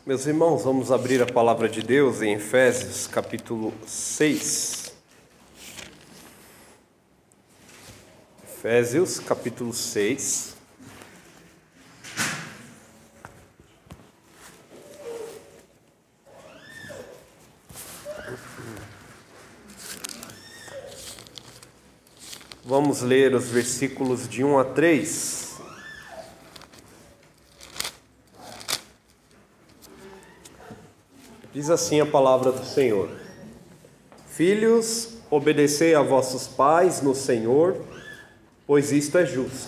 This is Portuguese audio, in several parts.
Meus irmãos, vamos abrir a palavra de Deus em Efésios, capítulo 6. Efésios, capítulo 6. Vamos ler os versículos de 1 a 3. Diz assim a palavra do Senhor: Filhos, obedecei a vossos pais no Senhor, pois isto é justo.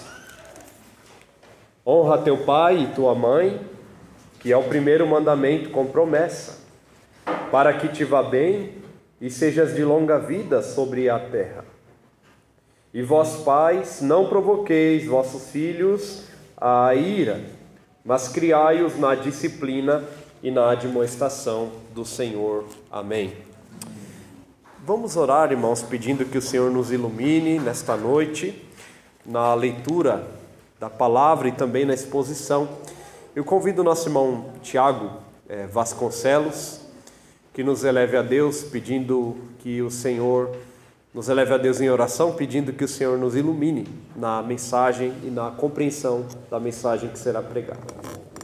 Honra teu pai e tua mãe, que é o primeiro mandamento com promessa, para que te vá bem e sejas de longa vida sobre a terra. E vós, pais, não provoqueis vossos filhos à ira, mas criai-os na disciplina e na admoestação do Senhor. Amém. Vamos orar, irmãos, pedindo que o Senhor nos ilumine nesta noite, na leitura da palavra e também na exposição. Eu convido o nosso irmão Tiago Vasconcelos, que nos eleve a Deus, pedindo que o Senhor nos eleve a Deus em oração, pedindo que o Senhor nos ilumine na mensagem e na compreensão da mensagem que será pregada.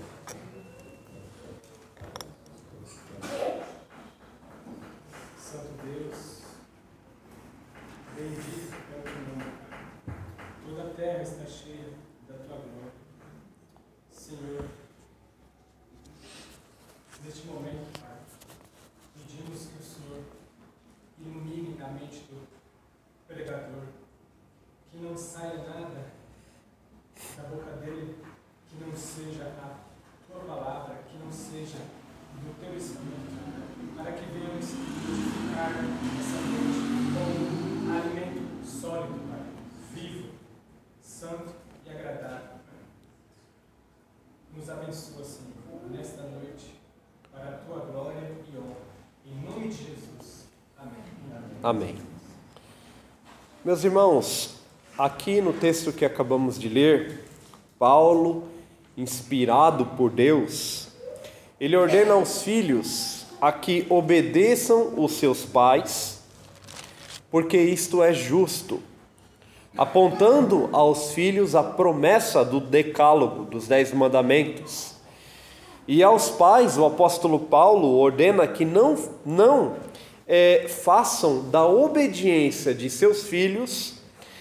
Nos abençoa, Senhor, nesta noite, para a tua glória e honra. Em nome de Jesus. Amém. Amém. Meus irmãos, aqui no texto que acabamos de ler, Paulo, inspirado por Deus, ele ordena aos filhos a que obedeçam os seus pais, porque isto é justo, apontando aos filhos a promessa do decálogo, dos 10 mandamentos. E aos pais, o apóstolo Paulo ordena que não façam da obediência de seus filhos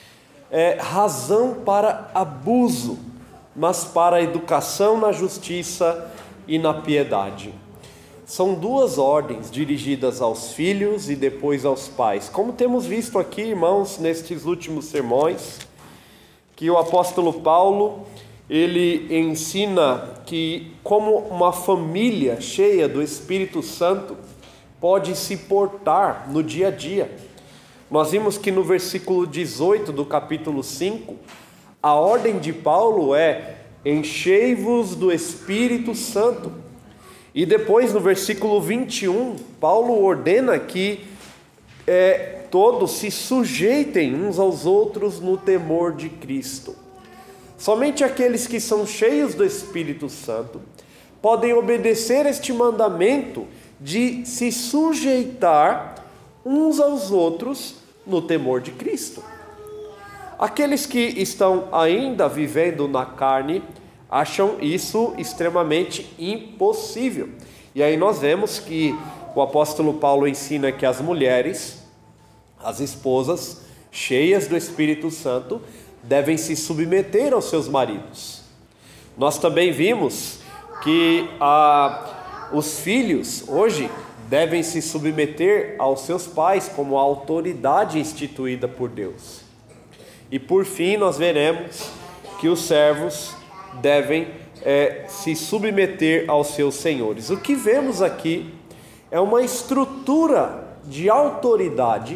razão para abuso, mas para a educação na justiça e na piedade. São duas ordens dirigidas aos filhos e depois aos pais. Como temos visto aqui, irmãos, nestes últimos sermões, que o apóstolo Paulo, ele ensina que como uma família cheia do Espírito Santo pode se portar no dia a dia. Nós vimos que no versículo 18 do capítulo 5, a ordem de Paulo é: enchei-vos do Espírito Santo. E depois no versículo 21, Paulo ordena que todos se sujeitem uns aos outros no temor de Cristo. Somente aqueles que são cheios do Espírito Santo podem obedecer este mandamento de se sujeitar uns aos outros no temor de Cristo. Aqueles que estão ainda vivendo na carne acham isso extremamente impossível. E aí nós vemos que o apóstolo Paulo ensina que as mulheres, as esposas, cheias do Espírito Santo, devem se submeter aos seus maridos. Nós também vimos que os filhos, hoje, devem se submeter aos seus pais como a autoridade instituída por Deus. E por fim, nós veremos que os servos devem se submeter aos seus senhores. O que vemos aqui é uma estrutura de autoridade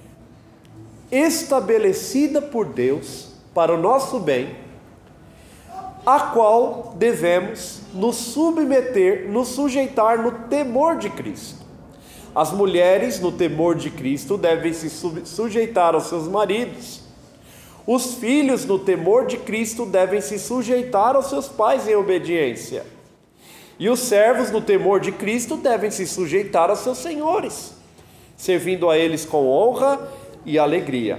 estabelecida por Deus para o nosso bem, a qual devemos nos submeter, nos sujeitar no temor de Cristo. As mulheres, no temor de Cristo, devem se sujeitar aos seus maridos. Os filhos, no temor de Cristo, devem se sujeitar aos seus pais em obediência. E os servos, no temor de Cristo, devem se sujeitar aos seus senhores, servindo a eles com honra e alegria.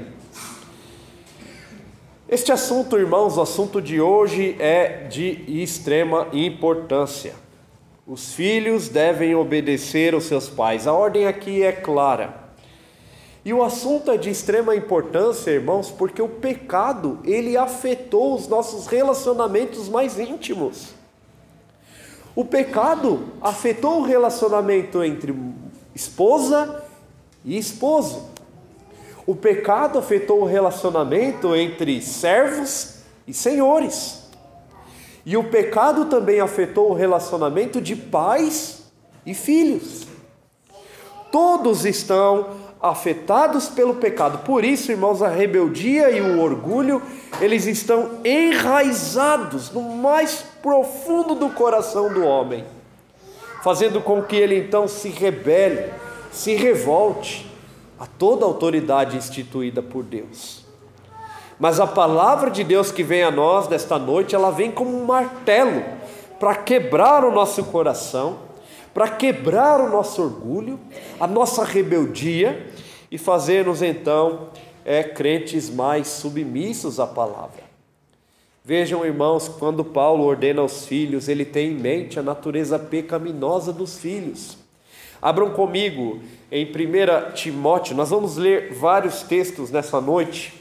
Este assunto, irmãos, o assunto de hoje é de extrema importância. Os filhos devem obedecer aos seus pais. A ordem aqui é clara. E o assunto é de extrema importância, irmãos, porque o pecado, ele afetou os nossos relacionamentos mais íntimos. O pecado afetou o relacionamento entre esposa e esposo. O pecado afetou o relacionamento entre servos e senhores. E o pecado também afetou o relacionamento de pais e filhos. Todos estão afetados pelo pecado. Por isso, irmãos, a rebeldia e o orgulho, eles estão enraizados no mais profundo do coração do homem, fazendo com que ele então se rebele, se revolte a toda a autoridade instituída por Deus. Mas a palavra de Deus que vem a nós nesta noite, ela vem como um martelo para quebrar o nosso coração, para quebrar o nosso orgulho, a nossa rebeldia e fazer-nos então crentes mais submissos à palavra. Vejam, irmãos, quando Paulo ordena aos filhos, ele tem em mente a natureza pecaminosa dos filhos. Abram comigo em 1 Timóteo, nós vamos ler vários textos nessa noite.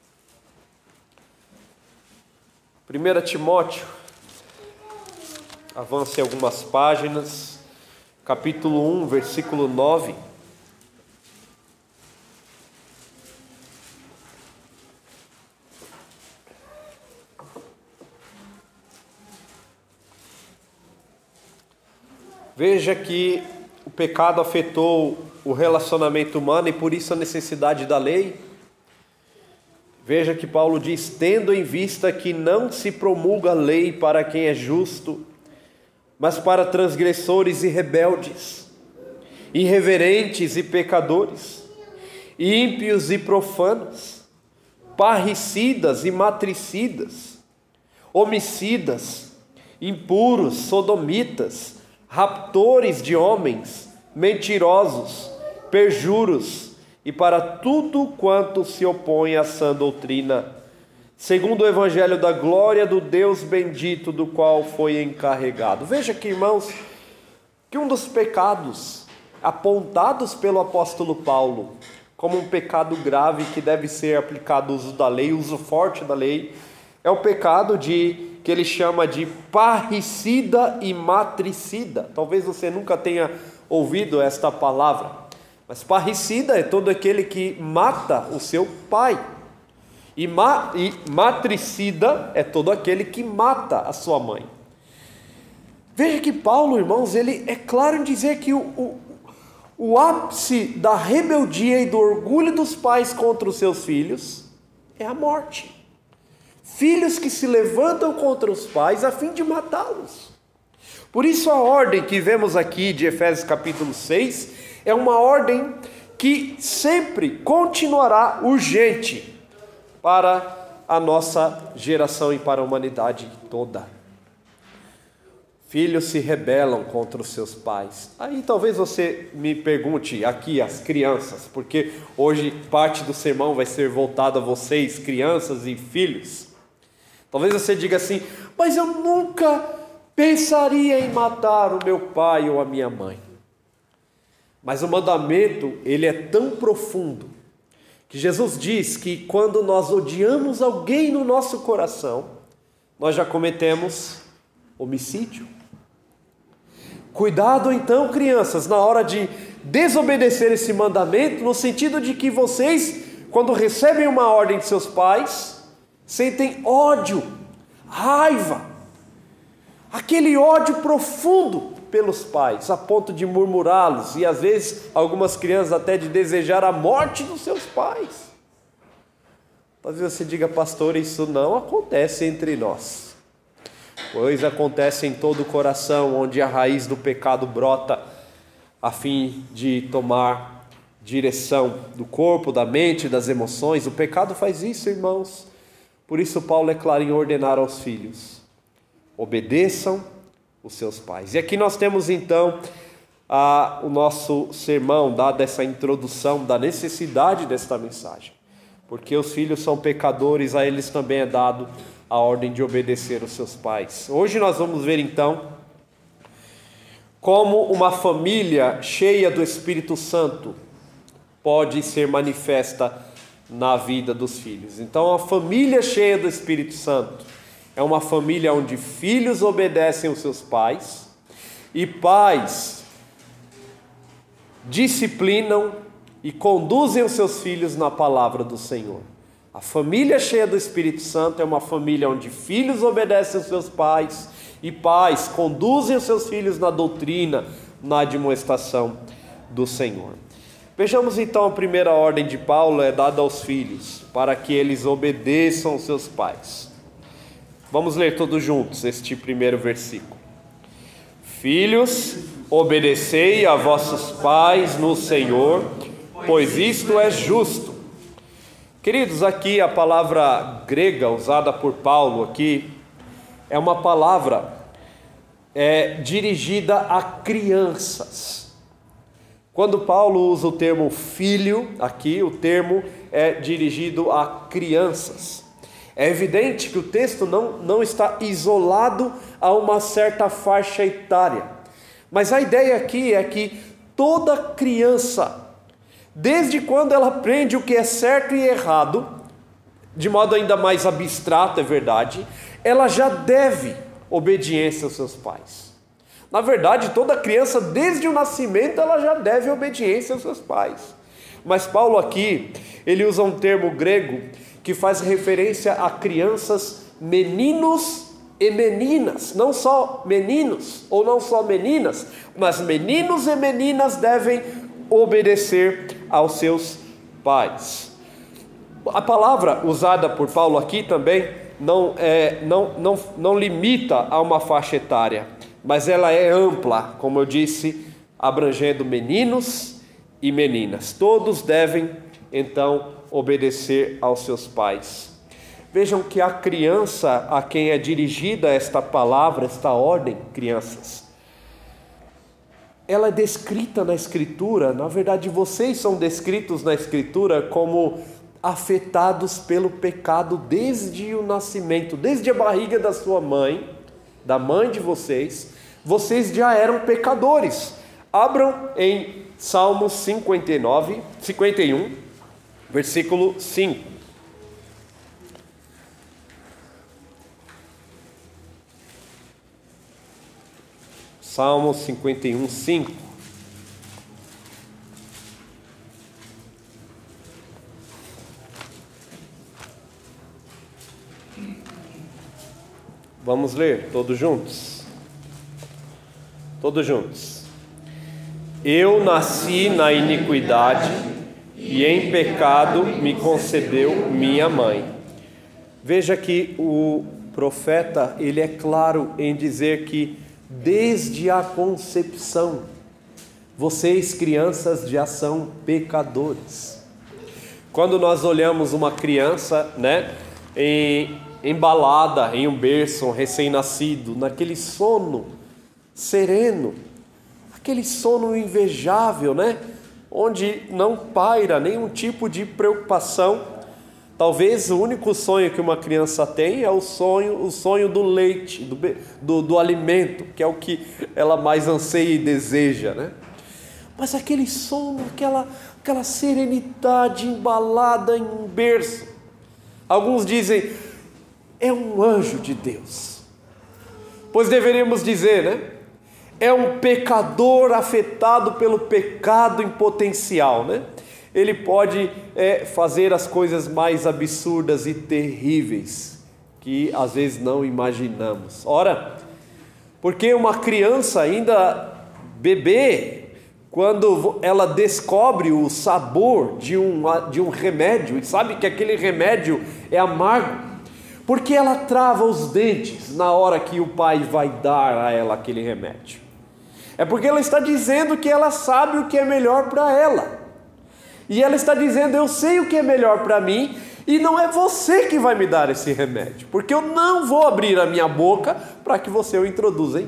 1 Timóteo, avance algumas páginas, capítulo 1, versículo 9. Veja que o pecado afetou o relacionamento humano e por isso a necessidade da lei. Veja que Paulo diz: tendo em vista que não se promulga lei para quem é justo, mas para transgressores e rebeldes, irreverentes e pecadores, ímpios e profanos, parricidas e matricidas, homicidas, impuros, sodomitas, raptores de homens, mentirosos, perjuros, e para tudo quanto se opõe à sã doutrina, segundo o evangelho da glória do Deus bendito, do qual foi encarregado. Veja aqui, irmãos, que um dos pecados apontados pelo apóstolo Paulo como um pecado grave que deve ser aplicado o uso da lei, o uso forte da lei, é o pecado que ele chama de parricida e matricida. Talvez você nunca tenha ouvido esta palavra, mas parricida é todo aquele que mata o seu pai, e matricida é todo aquele que mata a sua mãe. Veja que Paulo, irmãos, ele é claro em dizer que o ápice da rebeldia e do orgulho dos pais contra os seus filhos é a morte. Filhos que se levantam contra os pais a fim de matá-los. Por isso a ordem que vemos aqui de Efésios capítulo 6 é uma ordem que sempre continuará urgente para a nossa geração e para a humanidade toda. Filhos se rebelam contra os seus pais. Aí talvez você me pergunte aqui, as crianças, porque hoje parte do sermão vai ser voltado a vocês, crianças e filhos. Talvez você diga assim: mas eu nunca pensaria em matar o meu pai ou a minha mãe. Mas o mandamento, ele é tão profundo, que Jesus diz que quando nós odiamos alguém no nosso coração, nós já cometemos homicídio. Cuidado então, crianças, na hora de desobedecer esse mandamento, no sentido de que vocês, quando recebem uma ordem de seus pais, sentem ódio, raiva, aquele ódio profundo pelos pais, a ponto de murmurá-los, e às vezes algumas crianças até de desejar a morte dos seus pais. Talvez você diga: pastor, isso não acontece entre nós. Pois acontece em todo o coração, onde a raiz do pecado brota a fim de tomar direção do corpo, da mente, das emoções. O pecado faz isso, irmãos. Por isso Paulo é claro em ordenar aos filhos: obedeçam os seus pais. E aqui nós temos então o nosso sermão, dada essa introdução da necessidade desta mensagem. Porque os filhos são pecadores, a eles também é dado a ordem de obedecer aos seus pais. Hoje nós vamos ver então como uma família cheia do Espírito Santo pode ser manifesta na vida dos filhos. Então, a família cheia do Espírito Santo é uma família onde filhos obedecem aos seus pais e pais disciplinam e conduzem os seus filhos na palavra do Senhor. A família cheia do Espírito Santo é uma família onde filhos obedecem aos seus pais e pais conduzem os seus filhos na doutrina, na admoestação do Senhor. Vejamos então a primeira ordem de Paulo é dada aos filhos, para que eles obedeçam aos seus pais. Vamos ler todos juntos este primeiro versículo. Filhos, obedecei a vossos pais no Senhor, pois isto é justo. Queridos, aqui a palavra grega usada por Paulo aqui é uma palavra dirigida a crianças. Quando Paulo usa o termo filho, aqui o termo é dirigido a crianças. É evidente que o texto não está isolado a uma certa faixa etária. Mas a ideia aqui é que toda criança, desde quando ela aprende o que é certo e errado, de modo ainda mais abstrato, é verdade, ela já deve obediência aos seus pais. Na verdade, toda criança, desde o nascimento, ela já deve obediência aos seus pais. Mas Paulo aqui, ele usa um termo grego que faz referência a crianças, meninos e meninas. Não só meninos ou não só meninas, mas meninos e meninas devem obedecer aos seus pais. A palavra usada por Paulo aqui também não limita a uma faixa etária, mas ela é ampla, como eu disse, abrangendo meninos e meninas. Todos devem, então, obedecer aos seus pais. Vejam que a criança a quem é dirigida esta palavra, esta ordem, crianças, ela é descrita na Escritura, na verdade vocês são descritos na Escritura como afetados pelo pecado desde o nascimento, desde a barriga da sua mãe, da mãe de vocês já eram pecadores. Abram em Salmos 51, versículo 5. Salmos 51, 5. Vamos ler todos juntos? Todos juntos. Eu nasci na iniquidade e em pecado me concebeu minha mãe. Veja que o profeta, ele é claro em dizer que desde a concepção, vocês crianças já são pecadores. Quando nós olhamos uma criança, embalada em um berço, um recém-nascido, naquele sono sereno, aquele sono invejável, onde não paira nenhum tipo de preocupação. Talvez o único sonho que uma criança tem é o sonho do leite, do alimento, que é o que ela mais anseia e deseja, Mas aquele sono, aquela serenidade embalada em um berço, alguns dizem, é um anjo de Deus. Pois deveríamos dizer, é um pecador afetado pelo pecado em potencial, Ele pode fazer as coisas mais absurdas e terríveis, que às vezes não imaginamos. Ora, porque uma criança ainda bebê, quando ela descobre o sabor de um remédio, e sabe que aquele remédio é amargo, porque ela trava os dentes na hora que o pai vai dar a ela aquele remédio? É porque ela está dizendo que ela sabe o que é melhor para ela. E ela está dizendo, eu sei o que é melhor para mim, e não é você que vai me dar esse remédio, porque eu não vou abrir a minha boca para que você o introduza em mim.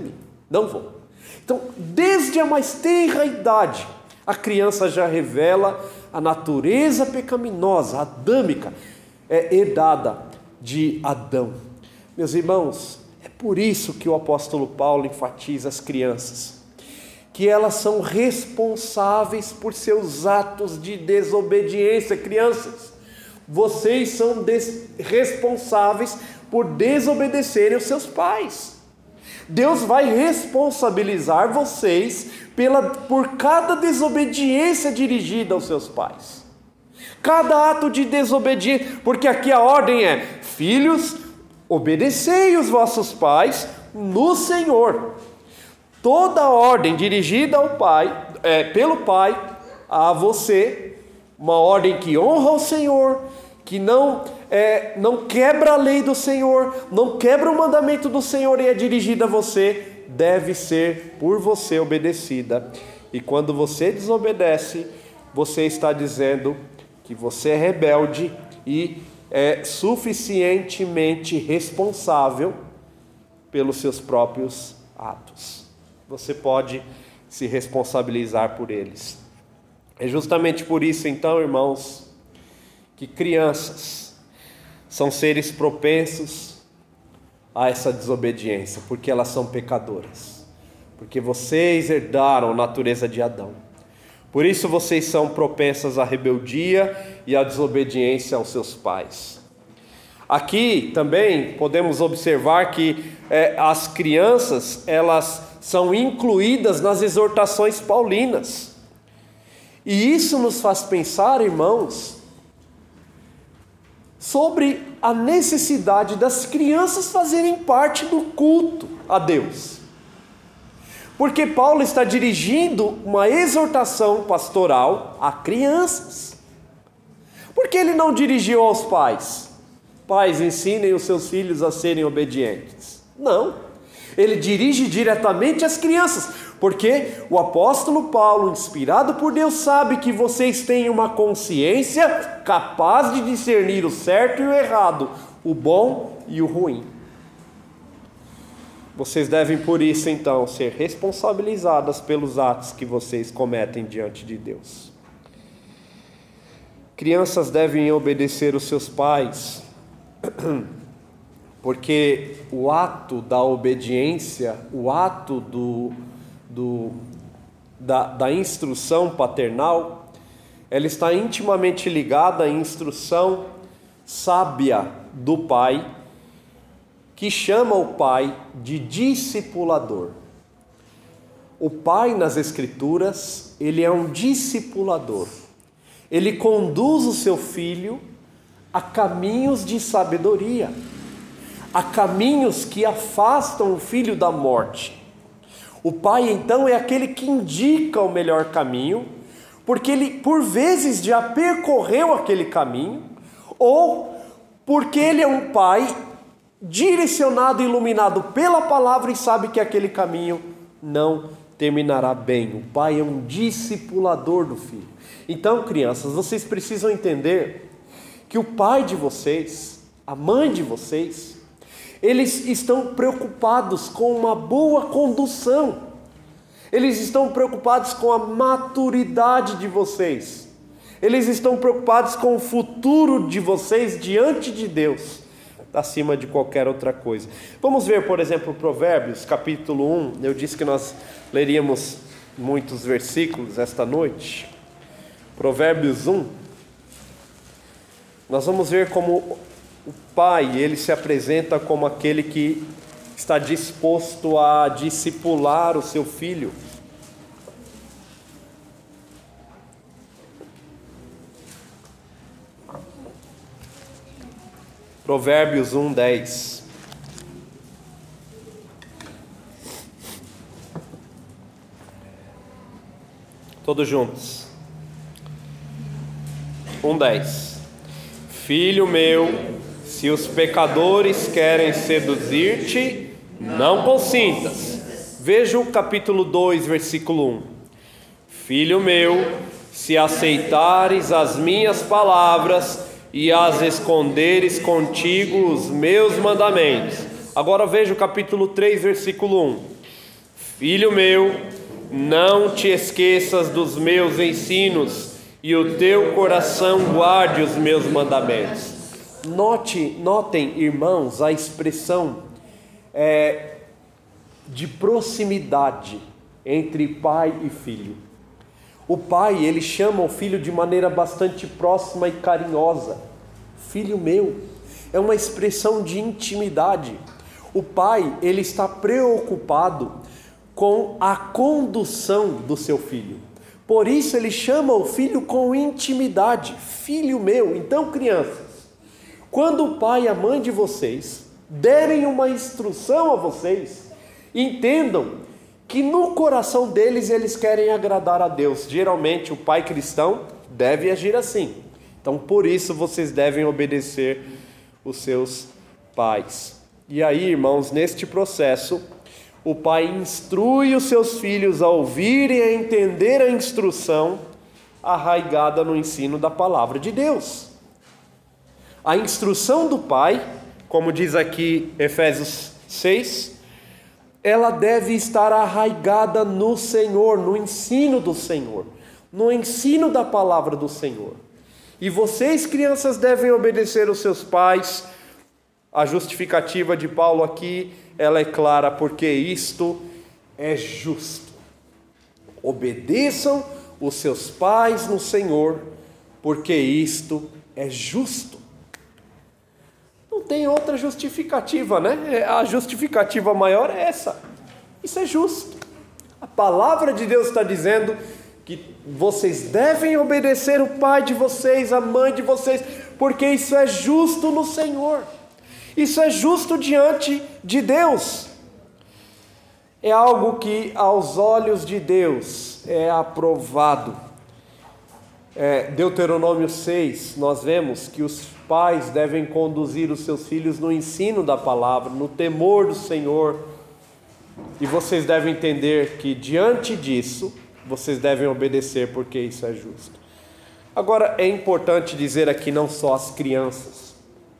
Não vou. Então, desde a mais tenra idade, a criança já revela a natureza pecaminosa, adâmica, herdada de Adão. Meus irmãos, é por isso que o apóstolo Paulo enfatiza as crianças, que elas são responsáveis por seus atos de desobediência. Crianças, vocês são responsáveis por desobedecerem os seus pais. Deus vai responsabilizar vocês por cada desobediência dirigida aos seus pais. Cada ato de desobediência, porque aqui a ordem é: filhos, obedecei os vossos pais no Senhor. Toda ordem dirigida ao pai, pelo pai a você, uma ordem que honra o Senhor, que não quebra a lei do Senhor, não quebra o mandamento do Senhor e é dirigida a você, deve ser por você obedecida. E quando você desobedece, você está dizendo que você é rebelde e é suficientemente responsável pelos seus próprios atos. Você pode se responsabilizar por eles. É justamente por isso, então, irmãos, que crianças são seres propensos a essa desobediência, porque elas são pecadoras, porque vocês herdaram a natureza de Adão. Por isso vocês são propensas à rebeldia e à desobediência aos seus pais. Aqui também podemos observar que as crianças, elas são incluídas nas exortações paulinas. E isso nos faz pensar, irmãos, sobre a necessidade das crianças fazerem parte do culto a Deus. Porque Paulo está dirigindo uma exortação pastoral a crianças. Por que ele não dirigiu aos pais? Pais, ensinem os seus filhos a serem obedientes. Não. Ele dirige diretamente às crianças, porque o apóstolo Paulo, inspirado por Deus, sabe que vocês têm uma consciência capaz de discernir o certo e o errado, o bom e o ruim. Vocês devem, por isso, então, ser responsabilizadas pelos atos que vocês cometem diante de Deus. Crianças devem obedecer os seus pais, porque o ato da obediência, o ato da instrução paternal, ela está intimamente ligada à instrução sábia do pai, que chama o pai de discipulador. O pai nas Escrituras, ele é um discipulador. Ele conduz o seu filho a caminhos de sabedoria, a caminhos que afastam o filho da morte. O pai, então, é aquele que indica o melhor caminho, porque ele, por vezes, já percorreu aquele caminho, ou porque ele é um pai direcionado e iluminado pela palavra e sabe que aquele caminho não terminará bem. O pai é um discipulador do filho. Então, crianças, vocês precisam entender que o pai de vocês, a mãe de vocês, eles estão preocupados com uma boa condução. Eles estão preocupados com a maturidade de vocês. Eles estão preocupados com o futuro de vocês diante de Deus, acima de qualquer outra coisa. Vamos ver, por exemplo, Provérbios, capítulo 1. Eu disse que nós leríamos muitos versículos esta noite. Provérbios 1. Nós vamos ver como o pai, ele se apresenta como aquele que está disposto a discipular o seu filho. Provérbios 1:10. Todos juntos. 1:10. Filho meu, se os pecadores querem seduzir-te, não consintas. Veja o capítulo 2, versículo 1. Filho meu, se aceitares as minhas palavras e as esconderes contigo os meus mandamentos. Agora veja o capítulo 3, versículo 1. Filho meu, não te esqueças dos meus ensinos e o teu coração guarde os meus mandamentos. Notem, irmãos, a expressão de proximidade entre pai e filho. O pai, ele chama o filho de maneira bastante próxima e carinhosa. Filho meu, é uma expressão de intimidade. O pai, ele está preocupado com a condução do seu filho. Por isso ele chama o filho com intimidade. Filho meu. Então, crianças, quando o pai e a mãe de vocês derem uma instrução a vocês, entendam que no coração deles eles querem agradar a Deus. Geralmente o pai cristão deve agir assim. Então por isso vocês devem obedecer os seus pais. E aí, irmãos, neste processo, o pai instrui os seus filhos a ouvirem e a entender a instrução arraigada no ensino da palavra de Deus. A instrução do pai, como diz aqui Efésios 6, ela deve estar arraigada no Senhor, no ensino do Senhor, no ensino da palavra do Senhor. E vocês, crianças, devem obedecer aos seus pais. A justificativa de Paulo aqui, ela é clara, porque isto é justo. Obedeçam os seus pais no Senhor, porque isto é justo. Não tem outra justificativa, né? A justificativa maior é essa. Isso é justo. A palavra de Deus está dizendo que vocês devem obedecer o pai de vocês, a mãe de vocês, porque isso é justo no Senhor. Isso é justo diante de Deus. É algo que aos olhos de Deus é aprovado. Deuteronômio 6, nós vemos que os pais devem conduzir os seus filhos no ensino da palavra, no temor do Senhor. E vocês devem entender que diante disso, vocês devem obedecer, porque isso é justo. Agora, é importante dizer aqui não só às crianças,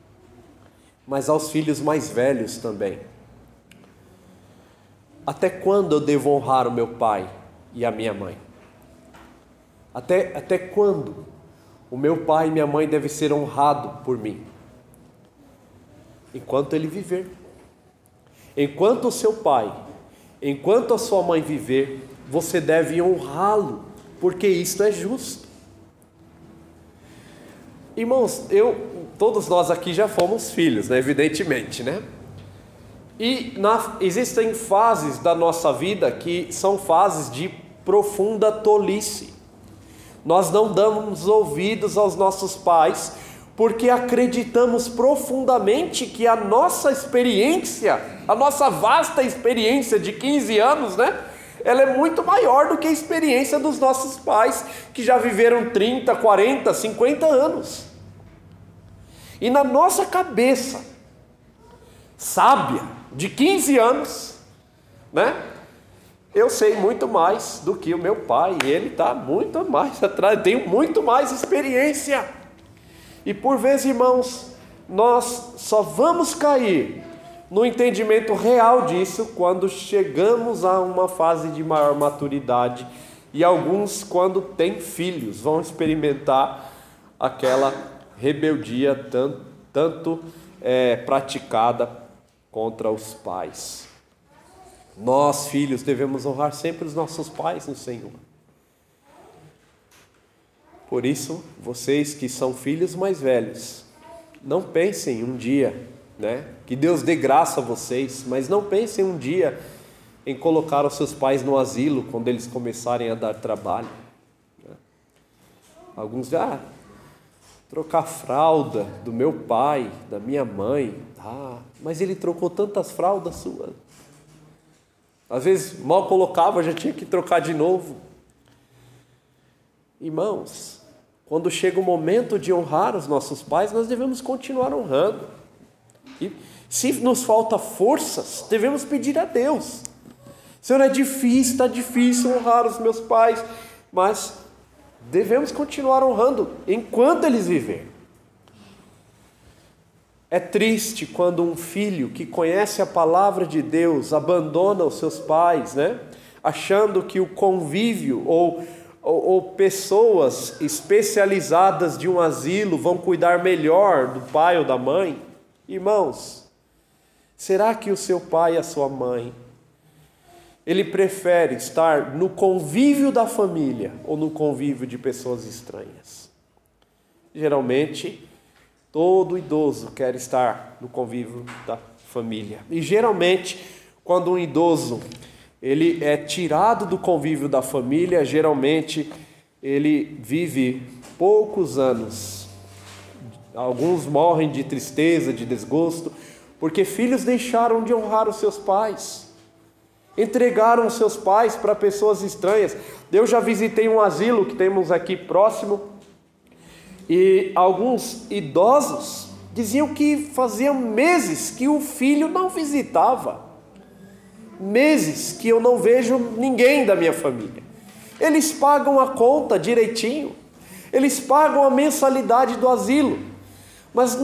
mas aos filhos mais velhos também. Até quando eu devo honrar o meu pai e a minha mãe? Até quando o meu pai e minha mãe devem ser honrados por mim? Enquanto ele viver. Enquanto o seu pai, enquanto a sua mãe viver, você deve honrá-lo, porque isto é justo. Irmãos, todos nós aqui já fomos filhos, né? Evidentemente, né? E existem fases da nossa vida que são fases de profunda tolice. Nós não damos ouvidos aos nossos pais, porque acreditamos profundamente que a nossa experiência, a nossa vasta experiência de 15 anos, né? Ela é muito maior do que a experiência dos nossos pais, que já viveram 30, 40, 50 anos. E na nossa cabeça sábia, de 15 anos, né? Eu sei muito mais do que o meu pai, e ele está muito mais atrás, eu tenho muito mais experiência. E por vezes, irmãos, nós só vamos cair no entendimento real disso quando chegamos a uma fase de maior maturidade, e alguns, quando têm filhos, vão experimentar aquela rebeldia tanto praticada contra os pais. Nós, filhos, devemos honrar sempre os nossos pais no Senhor. Por isso, vocês que são filhos mais velhos, não pensem um dia, né, que Deus dê graça a vocês, mas não pensem um dia em colocar os seus pais no asilo quando eles começarem a dar trabalho. Alguns dizem, trocar a fralda do meu pai, da minha mãe, mas ele trocou tantas fraldas suas. Às vezes mal colocava, já tinha que trocar de novo. Irmãos, quando chega o momento de honrar os nossos pais, nós devemos continuar honrando. E se nos falta forças, devemos pedir a Deus. Senhor, está difícil honrar os meus pais, mas devemos continuar honrando enquanto eles viverem. É triste quando um filho que conhece a palavra de Deus abandona os seus pais, né? Achando que o convívio ou pessoas especializadas de um asilo vão cuidar melhor do pai ou da mãe. Irmãos, será que o seu pai e a sua mãe, ele prefere estar no convívio da família ou no convívio de pessoas estranhas? Geralmente, todo idoso quer estar no convívio da família. E geralmente, quando um idoso ele é tirado do convívio da família, geralmente ele vive poucos anos. Alguns morrem de tristeza, de desgosto, porque filhos deixaram de honrar os seus pais. Entregaram os seus pais para pessoas estranhas. Eu já visitei um asilo que temos aqui próximo, e alguns idosos diziam que faziam meses que o filho não visitava. Meses que eu não vejo ninguém da minha família. Eles pagam a conta direitinho. Eles pagam a mensalidade do asilo. Mas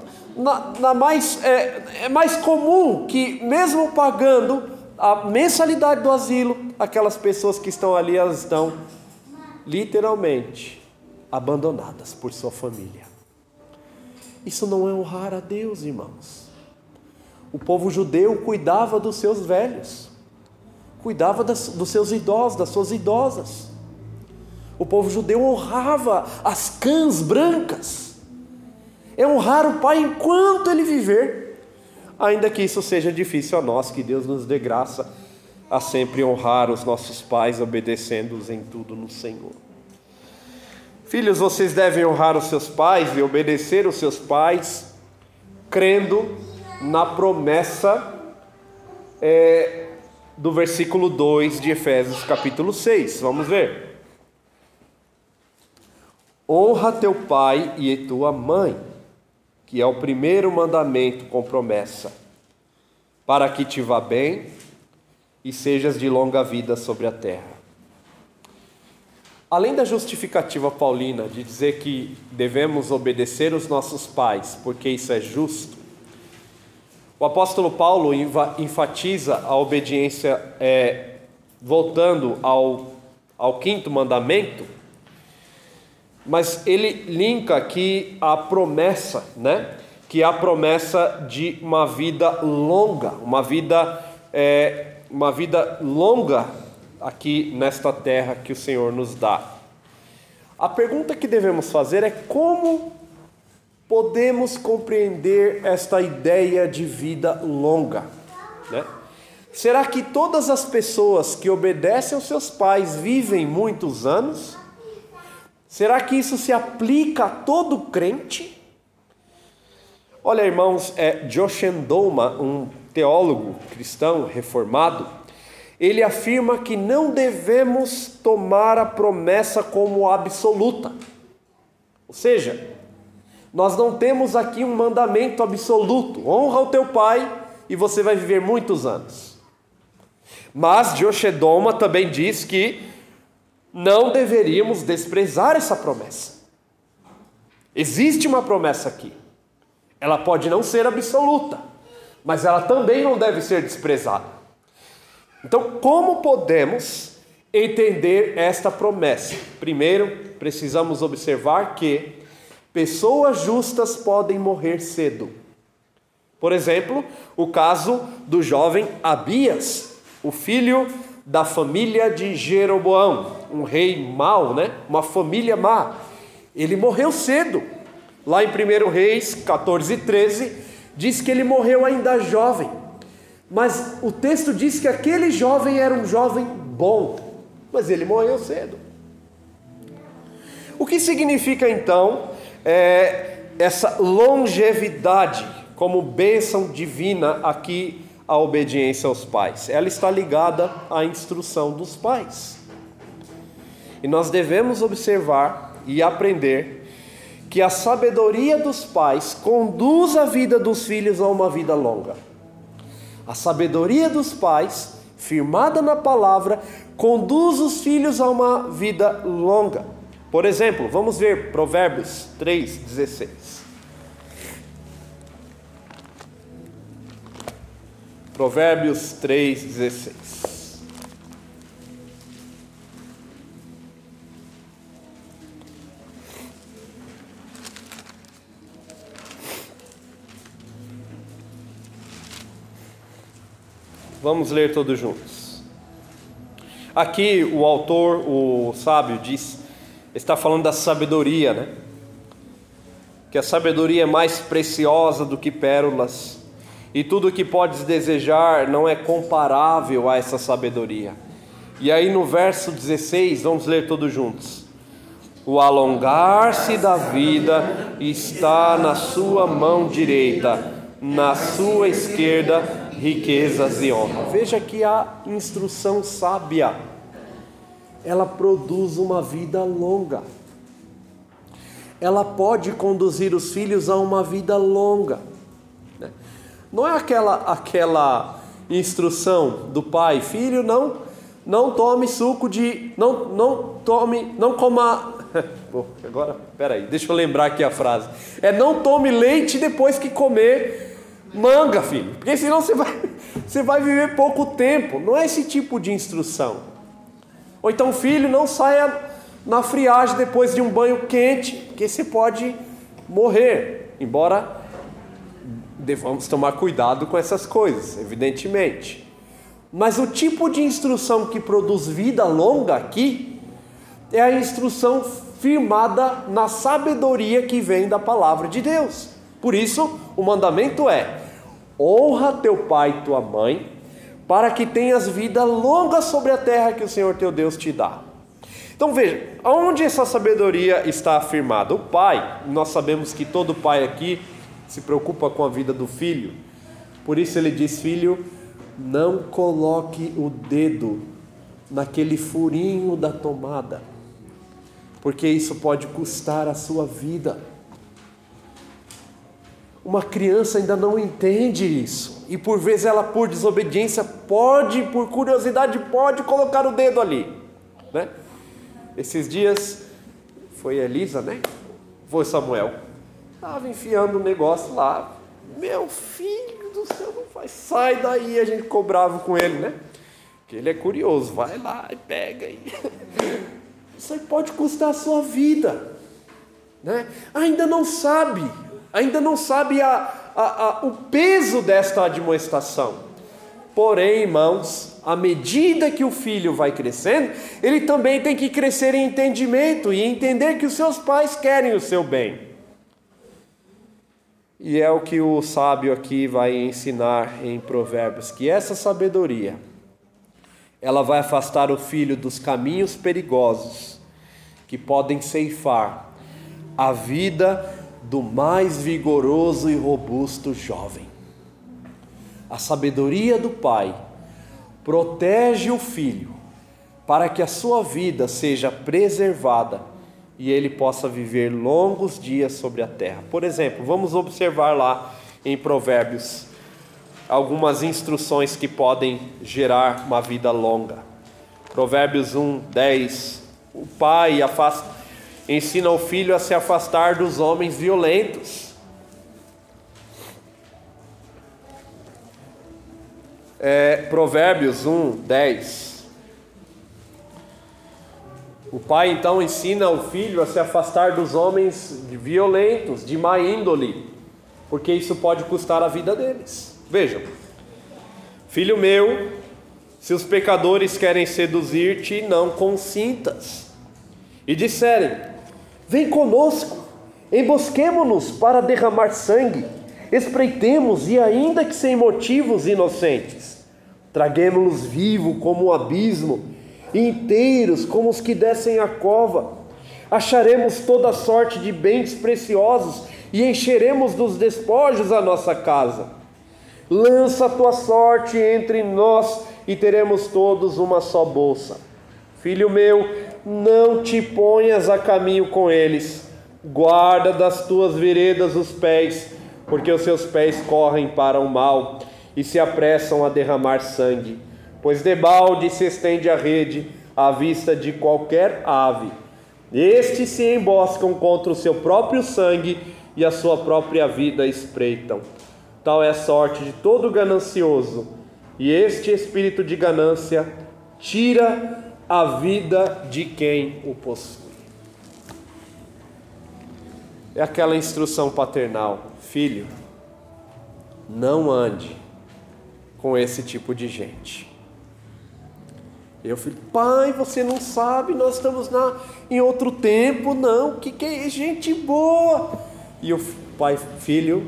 é mais comum que, mesmo pagando a mensalidade do asilo, aquelas pessoas que estão ali, elas estão literalmente abandonadas por sua família. Isso não é honrar a Deus, irmãos. O povo judeu cuidava dos seus velhos, cuidava dos seus idosos, das suas idosas. O povo judeu honrava as cãs brancas. É honrar o pai enquanto ele viver. Ainda que isso seja difícil a nós, que Deus nos dê graça a sempre honrar os nossos pais, obedecendo-os em tudo no Senhor. Filhos, vocês devem honrar os seus pais e obedecer os seus pais, crendo na promessa do versículo 2 de Efésios capítulo 6. Vamos ver. Honra teu pai e tua mãe, que é o primeiro mandamento com promessa, para que te vá bem e sejas de longa vida sobre a terra. Além da justificativa paulina de dizer que devemos obedecer os nossos pais, porque isso é justo, o apóstolo Paulo enfatiza a obediência voltando ao quinto mandamento, mas ele linka aqui a promessa, né? Que é a promessa de uma vida longa, uma vida longa aqui nesta terra que o Senhor nos dá. A pergunta que devemos fazer é: como podemos compreender esta ideia de vida longa, né? Será que todas as pessoas que obedecem aos seus pais vivem muitos anos? Será que isso se aplica a todo crente? Olha, irmãos, Jochen Doma, um teólogo cristão reformado, ele afirma que não devemos tomar a promessa como absoluta. Ou seja, nós não temos aqui um mandamento absoluto: honra o teu pai e você vai viver muitos anos. Mas Jochen Doma também diz que não deveríamos desprezar essa promessa. Existe uma promessa aqui. Ela pode não ser absoluta, mas ela também não deve ser desprezada. Então, como podemos entender esta promessa? Primeiro, precisamos observar que pessoas justas podem morrer cedo. Por exemplo, o caso do jovem Abias, o filho da família de Jeroboão, um rei mau, né? Uma família má. Ele morreu cedo. Lá em 1 Reis 14:13 diz que ele morreu ainda jovem. Mas o texto diz que aquele jovem era um jovem bom, mas ele morreu cedo. O que significa então essa longevidade como bênção divina aqui? A obediência aos pais, ela está ligada à instrução dos pais. E nós devemos observar e aprender que a sabedoria dos pais conduz a vida dos filhos a uma vida longa. A sabedoria dos pais, firmada na palavra, conduz os filhos a uma vida longa. Por exemplo, vamos ver Provérbios 3:16. Provérbios 3:16. Vamos ler todos juntos. Aqui o autor, o sábio, está falando da sabedoria, né? Que a sabedoria é mais preciosa do que pérolas, e tudo o que podes desejar não é comparável a essa sabedoria. E aí no verso 16, vamos ler todos juntos. O alongar-se da vida está na sua mão direita, na sua esquerda riquezas e honra. Veja que a instrução sábia, ela produz uma vida longa. Ela pode conduzir os filhos a uma vida longa. Não é aquela instrução do pai: filho, não tome suco de, não coma. Agora, peraí, deixa eu lembrar aqui a frase. Não tome leite depois que comer manga, filho, porque senão você vai viver pouco tempo. Não é esse tipo de instrução. Ou então, filho, não saia na friagem depois de um banho quente, porque você pode morrer. Embora devamos tomar cuidado com essas coisas, evidentemente. Mas o tipo de instrução que produz vida longa aqui é a instrução firmada na sabedoria que vem da palavra de Deus. Por isso, o mandamento é: honra teu pai e tua mãe, para que tenhas vida longa sobre a terra que o Senhor teu Deus te dá. Então veja, aonde essa sabedoria está afirmada? O pai, nós sabemos que todo pai aqui se preocupa com a vida do filho. Por isso ele diz: filho, não coloque o dedo naquele furinho da tomada, porque isso pode custar a sua vida. Uma criança ainda não entende isso, e por vezes ela, por desobediência, por curiosidade, pode colocar o dedo ali, né? Esses dias foi Elisa, né? Foi Samuel. Estava enfiando um negócio lá. Meu filho do céu, não faz. Sai daí, a gente cobrava com ele, né? Porque ele é curioso, vai lá e pega aí. Isso aí pode custar a sua vida, né? Ainda não sabe o peso desta admoestação. Porém, irmãos, à medida que o filho vai crescendo, ele também tem que crescer em entendimento e entender que os seus pais querem o seu bem. E é o que o sábio aqui vai ensinar em Provérbios, que essa sabedoria, ela vai afastar o filho dos caminhos perigosos que podem ceifar a vida do mais vigoroso e robusto jovem. A sabedoria do pai protege o filho para que a sua vida seja preservada e ele possa viver longos dias sobre a terra. Por exemplo, vamos observar lá em Provérbios algumas instruções que podem gerar uma vida longa. Provérbios 1:10. O pai ensina o filho a se afastar dos homens violentos. Provérbios 1:10. O pai então ensina o filho a se afastar dos homens violentos, de má índole, porque isso pode custar a vida deles. Vejam: filho meu, se os pecadores querem seduzir-te, não consintas. E disserem: vem conosco, embosquemo-nos para derramar sangue, espreitemos, e ainda que sem motivos inocentes, traguemo-los vivo como um abismo, inteiros como os que descem a cova. Acharemos toda sorte de bens preciosos e encheremos dos despojos a nossa casa. Lança a tua sorte entre nós e teremos todos uma só bolsa. Filho meu, não te ponhas a caminho com eles. Guarda das tuas veredas os pés, porque os seus pés correm para o mal e se apressam a derramar sangue. Pois debalde se estende a rede à vista de qualquer ave. Estes se emboscam contra o seu próprio sangue e a sua própria vida espreitam. Tal é a sorte de todo ganancioso e este espírito de ganância tira a vida de quem o possui. É aquela instrução paternal: filho, não ande com esse tipo de gente. Eu falei: pai, você não sabe, nós estamos em outro tempo. Não, que é gente boa. E o pai: filho,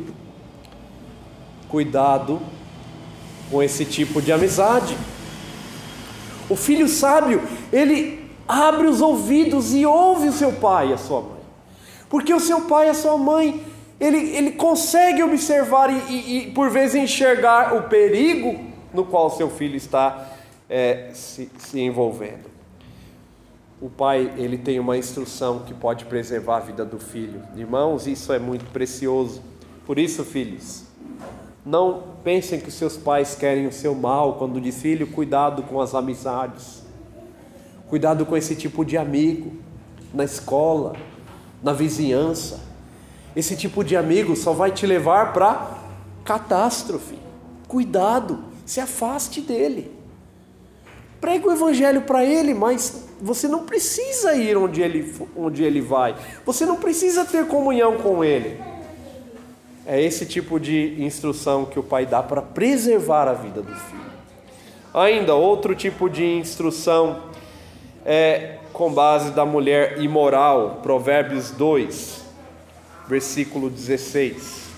cuidado com esse tipo de amizade. O filho sábio, ele abre os ouvidos e ouve o seu pai e a sua mãe, porque o seu pai e a sua mãe, ele consegue observar e por vezes enxergar o perigo no qual o seu filho está se envolvendo. O pai, ele tem uma instrução que pode preservar a vida do filho. Irmãos, isso é muito precioso. Por isso, filhos, não pensem que os seus pais querem o seu mal quando diz: filho, cuidado com as amizades, cuidado com esse tipo de amigo, na escola, na vizinhança. Esse tipo de amigo só vai te levar para catástrofe. Cuidado, se afaste dele. Prega o evangelho para ele, mas você não precisa ir onde ele vai. Você não precisa ter comunhão com ele. É esse tipo de instrução que o pai dá para preservar a vida do filho. Ainda outro tipo de instrução é com base da mulher imoral, Provérbios 2, versículo 16.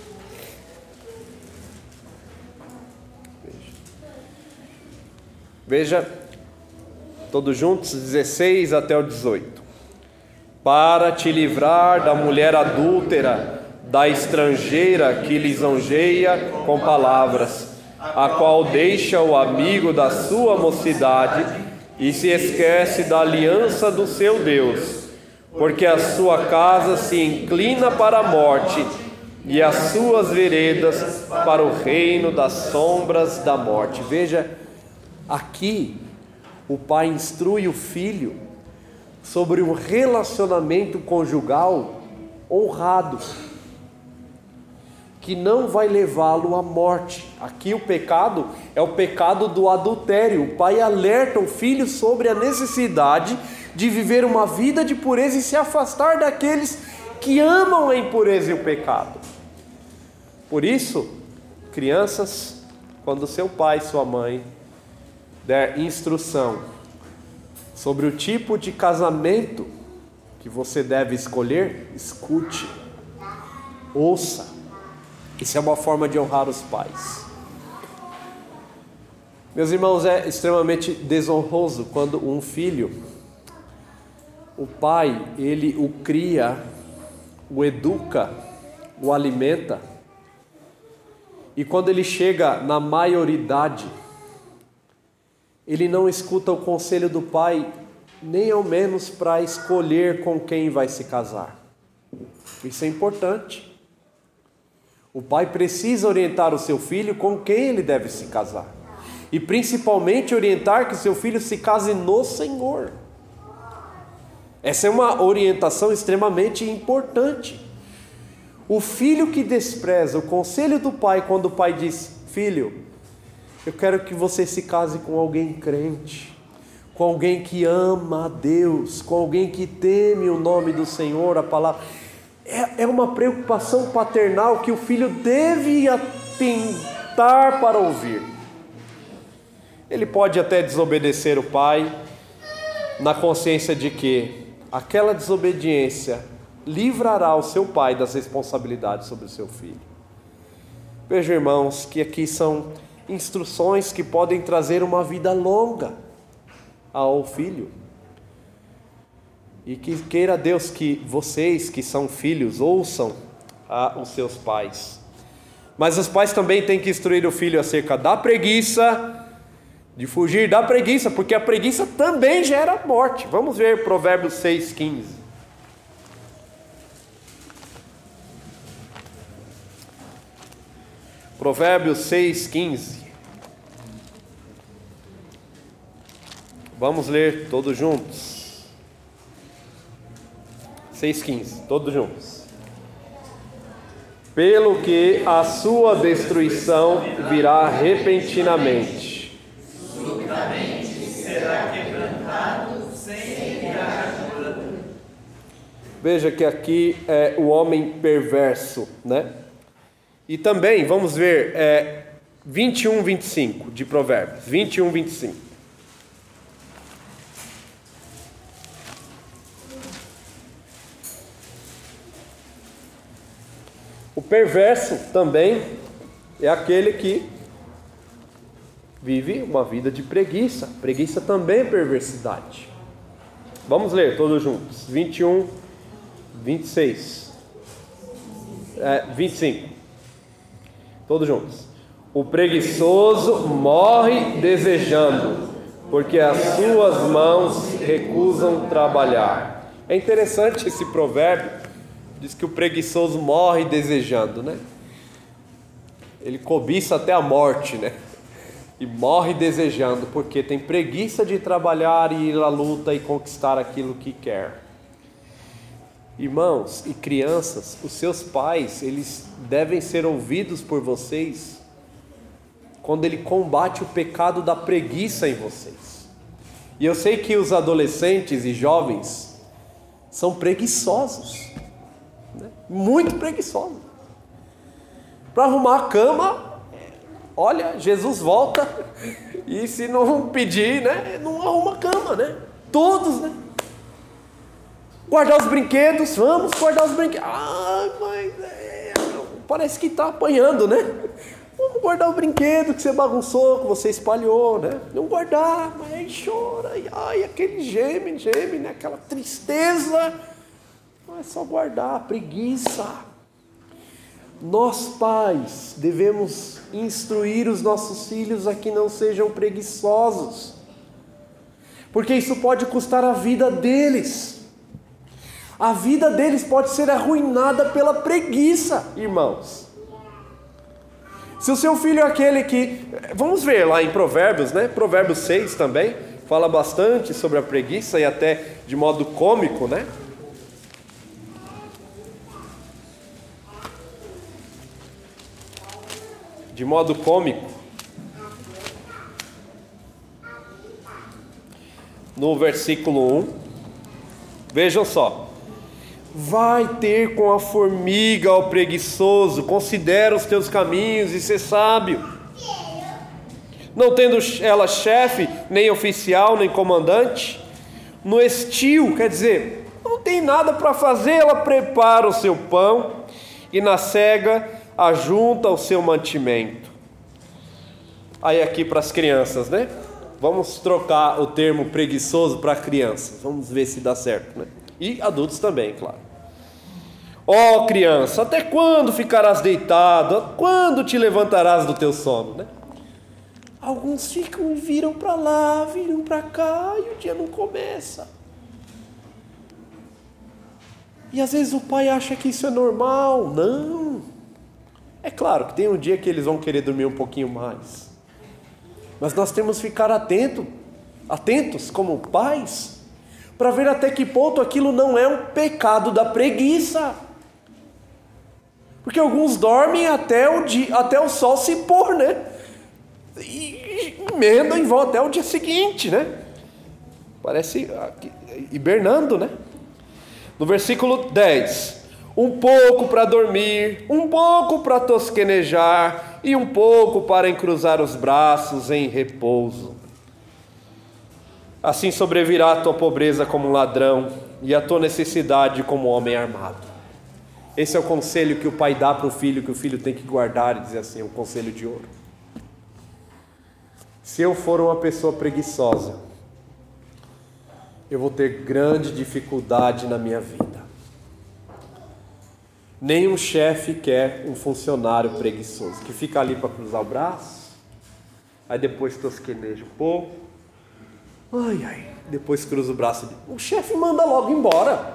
Veja, todos juntos, 16 até o 18. Para te livrar da mulher adúltera, da estrangeira que lisonjeia com palavras, a qual deixa o amigo da sua mocidade e se esquece da aliança do seu Deus, porque a sua casa se inclina para a morte e as suas veredas para o reino das sombras da morte. Veja, aqui o pai instrui o filho sobre um relacionamento conjugal honrado, que não vai levá-lo à morte. Aqui o pecado é o pecado do adultério. O pai alerta o filho sobre a necessidade de viver uma vida de pureza e se afastar daqueles que amam a impureza e o pecado. Por isso, crianças, quando seu pai e sua mãe der instrução sobre o tipo de casamento que você deve escolher, escute, ouça. Isso é uma forma de honrar os pais. Meus irmãos, é extremamente desonroso quando um filho, o pai, ele o cria, o educa, o alimenta, e quando ele chega na maioridade, ele não escuta o conselho do pai, nem ao menos para escolher com quem vai se casar. Isso é importante. O pai precisa orientar o seu filho com quem ele deve se casar. E principalmente orientar que seu filho se case no Senhor. Essa é uma orientação extremamente importante. O filho que despreza o conselho do pai quando o pai diz: filho, eu quero que você se case com alguém crente, com alguém que ama a Deus, com alguém que teme o nome do Senhor, a palavra. É uma preocupação paternal que o filho deve atentar para ouvir. Ele pode até desobedecer o pai, na consciência de que aquela desobediência livrará o seu pai das responsabilidades sobre o seu filho. Vejam, irmãos, que aqui são instruções que podem trazer uma vida longa ao filho. E que queira Deus que vocês que são filhos ouçam os seus pais. Mas os pais também têm que instruir o filho acerca da preguiça, de fugir da preguiça, porque a preguiça também gera morte. Vamos ver Provérbios 6,15. Provérbios 6,15. Vamos ler todos juntos. 6,15, todos juntos. pelo que a sua destruição virá repentinamente. Subitamente será quebrantado sem envergadura. Veja que aqui é o homem perverso, né? E também, vamos ver, 21, 25 de Provérbios, 21, 25. O perverso também é aquele que vive uma vida de preguiça. Preguiça também é perversidade. Vamos ler todos juntos. 21, 26. 25. Todos juntos. O preguiçoso morre desejando, porque as suas mãos recusam trabalhar. É interessante esse provérbio. Diz que o preguiçoso morre desejando, né? Ele cobiça até a morte, né? E morre desejando, porque tem preguiça de trabalhar e ir à luta e conquistar aquilo que quer. Irmãos e crianças, os seus pais, eles devem ser ouvidos por vocês quando ele combate o pecado da preguiça em vocês. E eu sei que os adolescentes e jovens são preguiçosos. Muito preguiçoso. Para arrumar a cama, olha, Jesus volta e se não pedir, né, não arruma a cama, né? Todos, né? Guardar os brinquedos, vamos guardar os brinquedos. Mas parece que está apanhando, né? Vamos guardar o brinquedo que você bagunçou, que você espalhou, né? Não guardar, mas aí chora, ai, aquele geme, né? Aquela tristeza. Não é só guardar, preguiça. Nós pais devemos instruir os nossos filhos a que não sejam preguiçosos, porque isso pode custar a vida deles. A vida deles pode ser arruinada pela preguiça, irmãos. Se o seu filho é aquele que... Vamos ver lá em Provérbios, né? Provérbios 6 também fala bastante sobre a preguiça e até de modo cômico, né? De modo cômico. No versículo 1. Vejam só. Vai ter com a formiga, ó preguiçoso, considera os teus caminhos e ser sábio. Não tendo ela chefe, nem oficial, nem comandante, no estio, quer dizer, não tem nada para fazer, ela prepara o seu pão e na cega ajunta o seu mantimento. Aí aqui para as crianças, né? Vamos trocar o termo preguiçoso para crianças. Vamos ver se dá certo, né? E adultos também, claro. Ó criança, até quando ficarás deitado? Quando te levantarás do teu sono, né? Alguns ficam e viram para lá, viram para cá e o dia não começa. E às vezes o pai acha que isso é normal. Não. É claro que tem um dia que eles vão querer dormir um pouquinho mais. Mas nós temos que ficar atentos como pais, para ver até que ponto aquilo não é um pecado da preguiça. Porque alguns dormem até o sol se pôr, né? E emendam e vão até o dia seguinte, né? Parece hibernando, né? No versículo 10. Um pouco para dormir, um pouco para tosquenejar e um pouco para encruzar os braços em repouso. Assim sobrevirá a tua pobreza como um ladrão e a tua necessidade como um homem armado. Esse é o conselho que o pai dá para o filho, que o filho tem que guardar e dizer assim, é um conselho de ouro. Se eu for uma pessoa preguiçosa, eu vou ter grande dificuldade na minha vida. Nenhum chefe quer um funcionário preguiçoso, que fica ali para cruzar o braço, aí depois tosqueneja um pouco, depois cruza o braço. O chefe manda logo embora.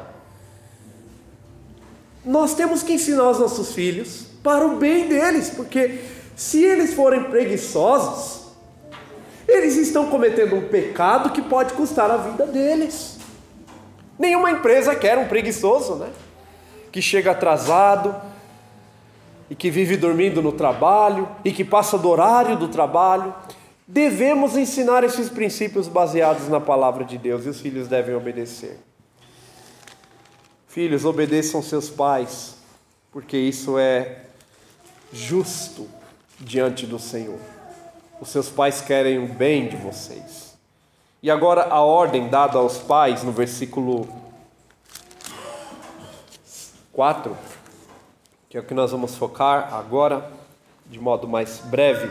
Nós temos que ensinar os nossos filhos para o bem deles, porque se eles forem preguiçosos, eles estão cometendo um pecado que pode custar a vida deles. Nenhuma empresa quer um preguiçoso, né? Que chega atrasado, e que vive dormindo no trabalho e que passa do horário do trabalho. Devemos ensinar esses princípios baseados na palavra de Deus e os filhos devem obedecer. Filhos, obedeçam seus pais, porque isso é justo diante do Senhor. Os seus pais querem o bem de vocês. E agora a ordem dada aos pais no versículo 4, que é o que nós vamos focar agora, de modo mais breve.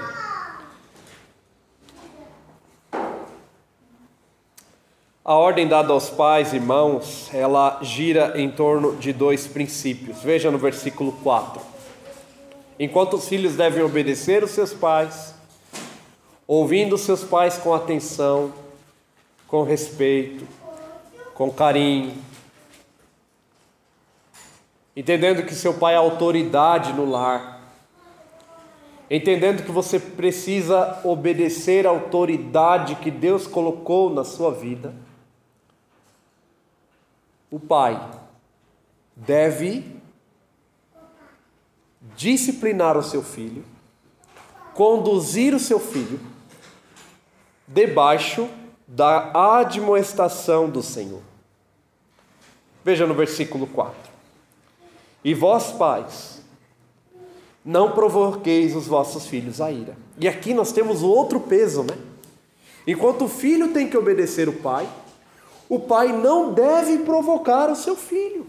A ordem dada aos pais, irmãos, ela gira em torno de dois princípios. Veja no versículo 4. Enquanto os filhos devem obedecer os seus pais, ouvindo os seus pais com atenção, com respeito, com carinho, entendendo que seu pai é autoridade no lar, entendendo que você precisa obedecer à autoridade que Deus colocou na sua vida, o pai deve disciplinar o seu filho, conduzir o seu filho debaixo da admoestação do Senhor. Veja no versículo 4. E vós, pais, não provoqueis os vossos filhos à ira. E aqui nós temos o outro peso, né? Enquanto o filho tem que obedecer o pai não deve provocar o seu filho.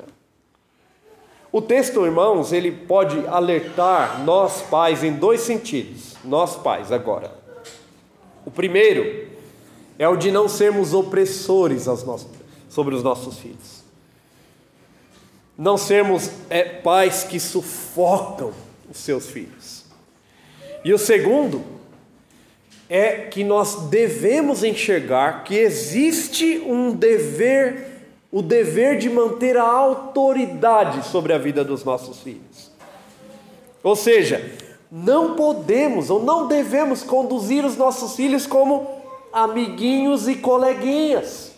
O texto, irmãos, ele pode alertar nós pais em dois sentidos. Nós pais agora. O primeiro é o de não sermos opressores sobre os nossos filhos. Não sermos pais que sufocam os seus filhos. E o segundo é que nós devemos enxergar que existe um dever, o dever de manter a autoridade sobre a vida dos nossos filhos. Ou seja, não podemos ou não devemos conduzir os nossos filhos como amiguinhos e coleguinhas.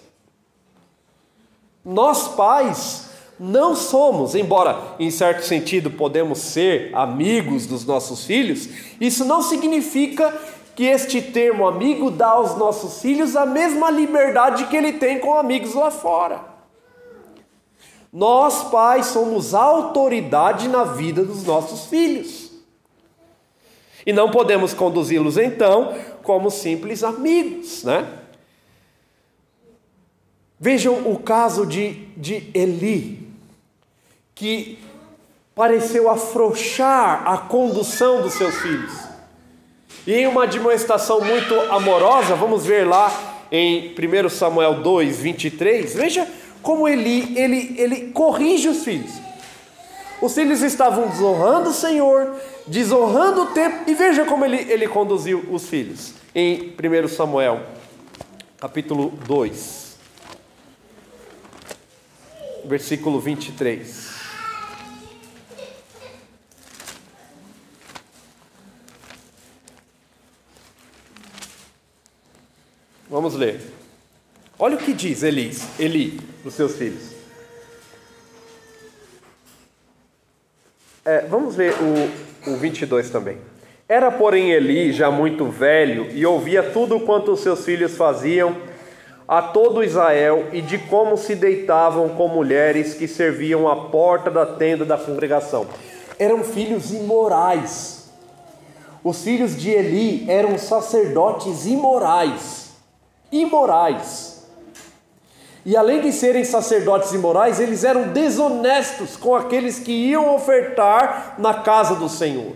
Nós pais não somos, embora em certo sentido podemos ser amigos dos nossos filhos, isso não significa que este termo amigo dá aos nossos filhos a mesma liberdade que ele tem com amigos lá fora. Nós pais somos autoridade na vida dos nossos filhos. E não podemos conduzi-los então como simples amigos, né? Vejam o caso de Eli, que pareceu afrouxar a condução dos seus filhos. E em uma admoestação muito amorosa, vamos ver lá em 1 Samuel 2, 23, veja como ele corrige os filhos. Os filhos estavam desonrando o Senhor, desonrando o templo, e veja como ele conduziu os filhos. Em 1 Samuel, capítulo 2, versículo 23. Vamos ler. Olha o que diz Eli para os seus filhos. Vamos ler o 22 também. Era, porém, Eli já muito velho e ouvia tudo quanto os seus filhos faziam a todo Israel e de como se deitavam com mulheres que serviam à porta da tenda da congregação. Eram filhos imorais. Os filhos de Eli eram sacerdotes imorais. E além de serem sacerdotes imorais, eles eram desonestos com aqueles que iam ofertar na casa do Senhor.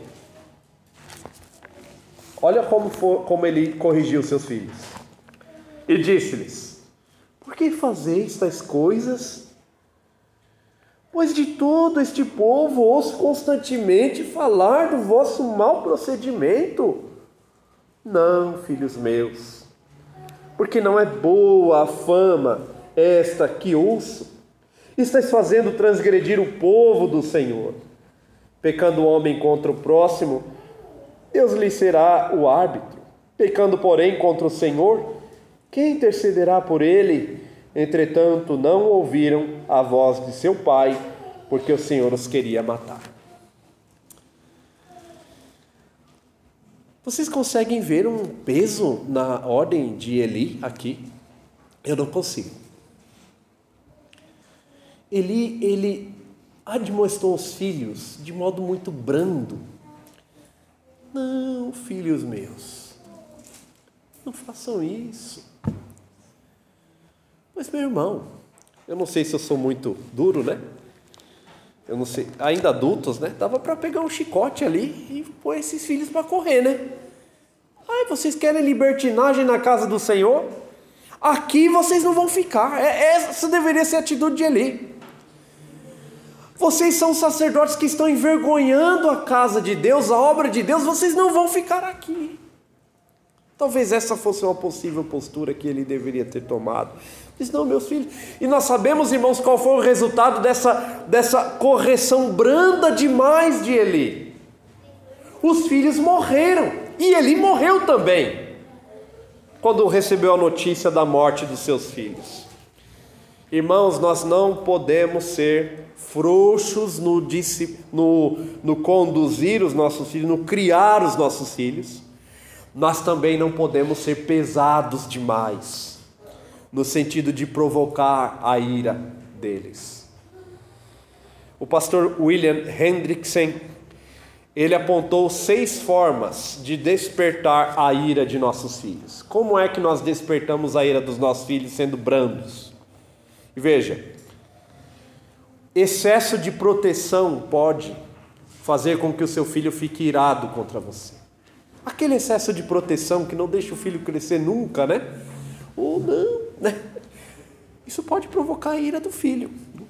Olha como ele corrigiu seus filhos. E disse-lhes: por que fazeis tais coisas? Pois de todo este povo ouço constantemente falar do vosso mau procedimento. Não, filhos meus, porque não é boa a fama esta que ouço. Estais fazendo transgredir o povo do Senhor. Pecando o homem contra o próximo, Deus lhe será o árbitro. Pecando, porém, contra o Senhor, quem intercederá por ele? Entretanto, não ouviram a voz de seu pai, porque o Senhor os queria matar. Vocês conseguem ver um peso na ordem de Eli aqui? Eu não consigo. Ele admoestou os filhos de modo muito brando. Não, filhos meus, não façam isso. Mas meu irmão, eu não sei se eu sou muito duro, né? Eu não sei, ainda adultos, né? Dava para pegar um chicote ali e pôr esses filhos para correr, né? Ai, vocês querem libertinagem na casa do Senhor? Aqui vocês não vão ficar. Essa deveria ser a atitude de Eli. Vocês são sacerdotes que estão envergonhando a casa de Deus, a obra de Deus, vocês não vão ficar aqui. Talvez essa fosse uma possível postura que ele deveria ter tomado. Diz, não, meus filhos. E nós sabemos, irmãos, qual foi o resultado dessa correção branda demais de Eli. Os filhos morreram. E Eli morreu também, quando recebeu a notícia da morte dos seus filhos. Irmãos, nós não podemos ser frouxos no conduzir os nossos filhos, no criar os nossos filhos. Nós também não podemos ser pesados demais, no sentido de provocar a ira deles. O pastor William Hendrickson, ele apontou 6 formas de despertar a ira de nossos filhos. Como é que nós despertamos a ira dos nossos filhos sendo brandos? E veja, excesso de proteção pode fazer com que o seu filho fique irado contra você. Aquele excesso de proteção que não deixa o filho crescer nunca, né? Ou não, né? Isso pode provocar a ira do filho.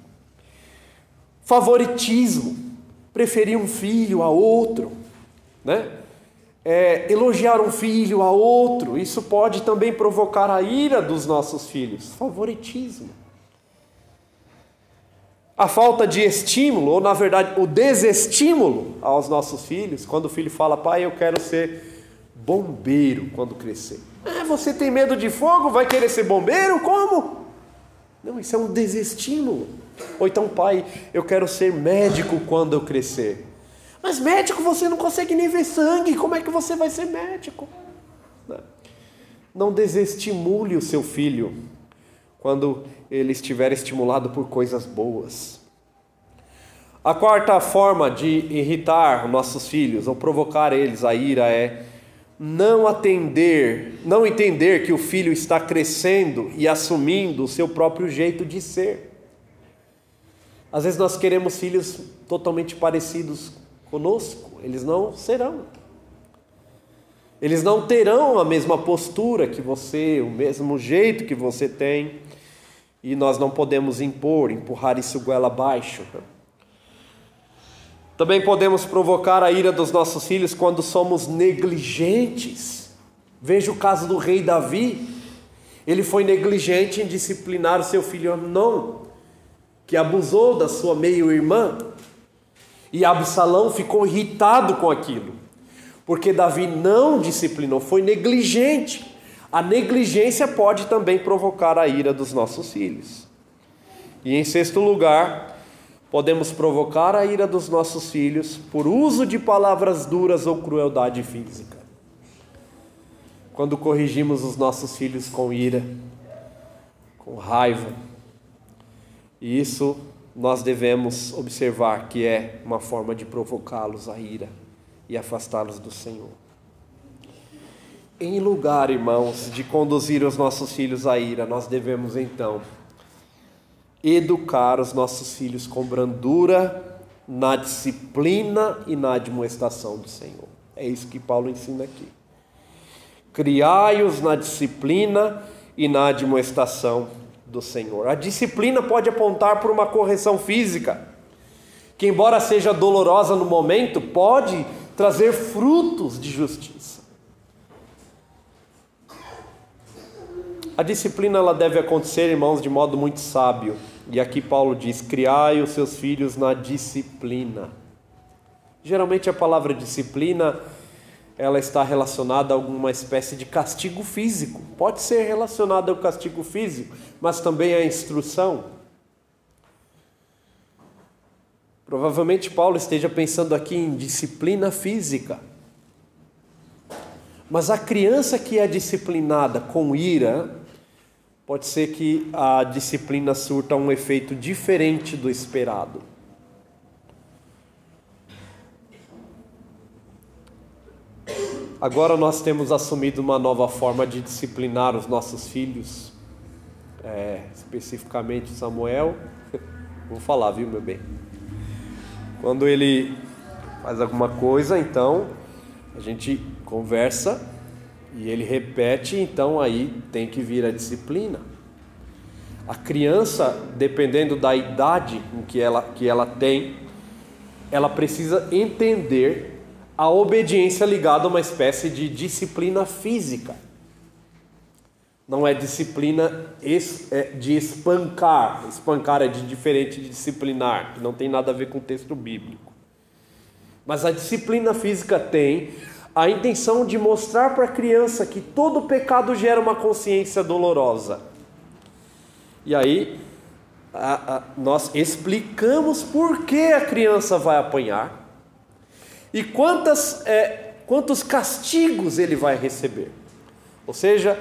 Favoritismo, preferir um filho a outro, né? Elogiar um filho a outro, isso pode também provocar a ira dos nossos filhos. Favoritismo. A falta de estímulo, ou na verdade o desestímulo aos nossos filhos, quando o filho fala, pai, eu quero ser bombeiro quando crescer. Você tem medo de fogo, vai querer ser bombeiro? Como? Não, isso é um desestímulo. Ou então, pai, eu quero ser médico quando eu crescer. Mas médico você não consegue nem ver sangue, como é que você vai ser médico? Não desestimule o seu filho quando ele estiver estimulado por coisas boas. A quarta forma de irritar nossos filhos ou provocar eles a ira é não entender que o filho está crescendo e assumindo o seu próprio jeito de ser. Às vezes nós queremos filhos totalmente parecidos conosco, eles não serão. Eles não terão a mesma postura que você, o mesmo jeito que você tem, e nós não podemos empurrar isso goela abaixo. Também podemos provocar a ira dos nossos filhos quando somos negligentes. Veja o caso do rei Davi. Ele foi negligente em disciplinar o seu filho Amnon, que abusou da sua meio-irmã. E Absalão ficou irritado com aquilo, porque Davi não disciplinou, foi negligente. A negligência pode também provocar a ira dos nossos filhos. E em sexto lugar, podemos provocar a ira dos nossos filhos por uso de palavras duras ou crueldade física. Quando corrigimos os nossos filhos com ira, com raiva, e isso nós devemos observar que é uma forma de provocá-los à ira e afastá-los do Senhor. Em lugar, irmãos, de conduzir os nossos filhos à ira, nós devemos então educar os nossos filhos com brandura, na disciplina e na admoestação do Senhor. É isso que Paulo ensina aqui. Criai-os na disciplina e na admoestação do Senhor. A disciplina pode apontar por uma correção física, que embora seja dolorosa no momento, pode trazer frutos de justiça. A disciplina ela deve acontecer, irmãos, de modo muito sábio. E aqui Paulo diz, criai os seus filhos na disciplina. Geralmente a palavra disciplina, ela está relacionada a alguma espécie de castigo físico. Pode ser relacionada ao castigo físico, mas também à instrução. Provavelmente Paulo esteja pensando aqui em disciplina física. Mas a criança que é disciplinada com ira, pode ser que a disciplina surta um efeito diferente do esperado. Agora nós temos assumido uma nova forma de disciplinar os nossos filhos, especificamente Samuel. Vou falar, viu, meu bem? Quando ele faz alguma coisa, então a gente conversa e ele repete, então aí tem que vir a disciplina. A criança, dependendo da idade em que ela tem, ela precisa entender a obediência ligada a uma espécie de disciplina física. Não é disciplina de espancar. Espancar é diferente de disciplinar, que não tem nada a ver com o texto bíblico. Mas a disciplina física tem a intenção de mostrar para a criança que todo pecado gera uma consciência dolorosa. E aí, nós explicamos por que a criança vai apanhar e quantos castigos ele vai receber. Ou seja,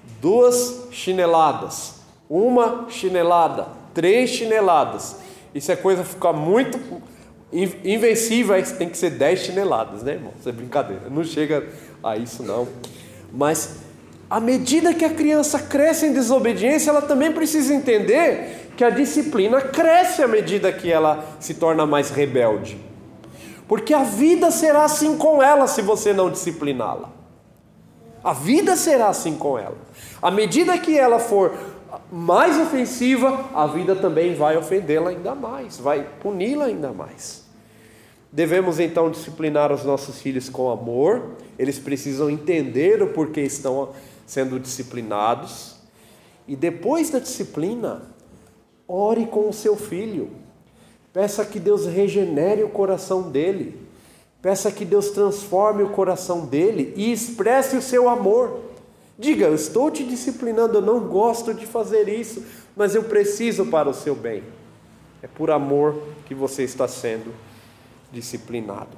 2 chineladas, 1 chinelada, 3 chineladas. E se a coisa ficar muito invencível, aí tem que ser 10 chineladas, né, irmão? Isso é brincadeira, não chega a isso não. Mas à medida que a criança cresce em desobediência, ela também precisa entender que a disciplina cresce à medida que ela se torna mais rebelde. Porque a vida será assim com ela se você não discipliná-la. A vida será assim com ela. À medida que ela for mais ofensiva, a vida também vai ofendê-la ainda mais, vai puni-la ainda mais. Devemos então disciplinar os nossos filhos com amor. Eles precisam entender o porquê estão sendo disciplinados. E depois da disciplina, ore com o seu filho. Peça que Deus regenere o coração dele. Peça que Deus transforme o coração dele e expresse o seu amor. Diga: eu estou te disciplinando, eu não gosto de fazer isso, mas eu preciso para o seu bem. É por amor que você está sendo disciplinado.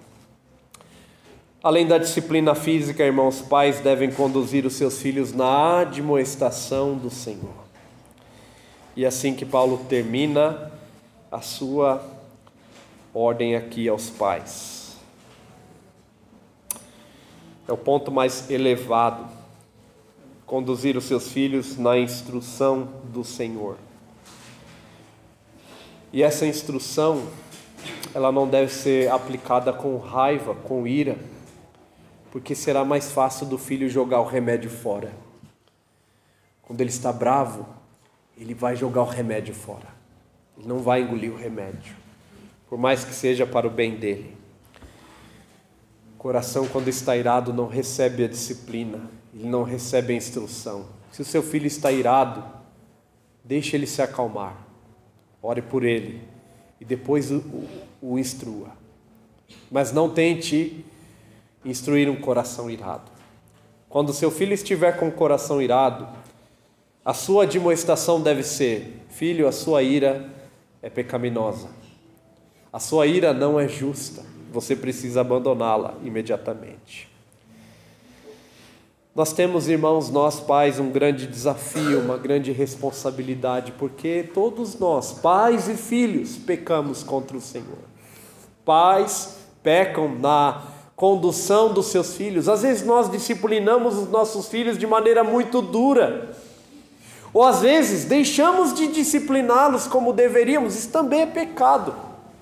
Além da disciplina física, irmãos, pais devem conduzir os seus filhos na admoestação do Senhor. E assim que Paulo termina a sua ordem aqui aos pais. É o ponto mais elevado: conduzir os seus filhos na instrução do Senhor. E essa instrução, ela não deve ser aplicada com raiva, com ira, porque será mais fácil do filho jogar o remédio fora. Quando ele está bravo, ele vai jogar o remédio fora. Ele não vai engolir o remédio, por mais que seja para o bem dele. O coração, quando está irado, não recebe a disciplina, ele não recebe a instrução. Se o seu filho está irado, deixe ele se acalmar, ore por ele e depois o instrua. Mas não tente instruir um coração irado. Quando o seu filho estiver com o coração irado, a sua admoestação deve ser: filho, a sua ira é pecaminosa. A sua ira não é justa. Você precisa abandoná-la imediatamente. Nós temos, irmãos, nós pais, um grande desafio, uma grande responsabilidade, porque todos nós, pais e filhos, pecamos contra o Senhor. Pais pecam na condução dos seus filhos. Às vezes nós disciplinamos os nossos filhos de maneira muito dura. Ou às vezes deixamos de discipliná-los como deveríamos. Isso também é pecado.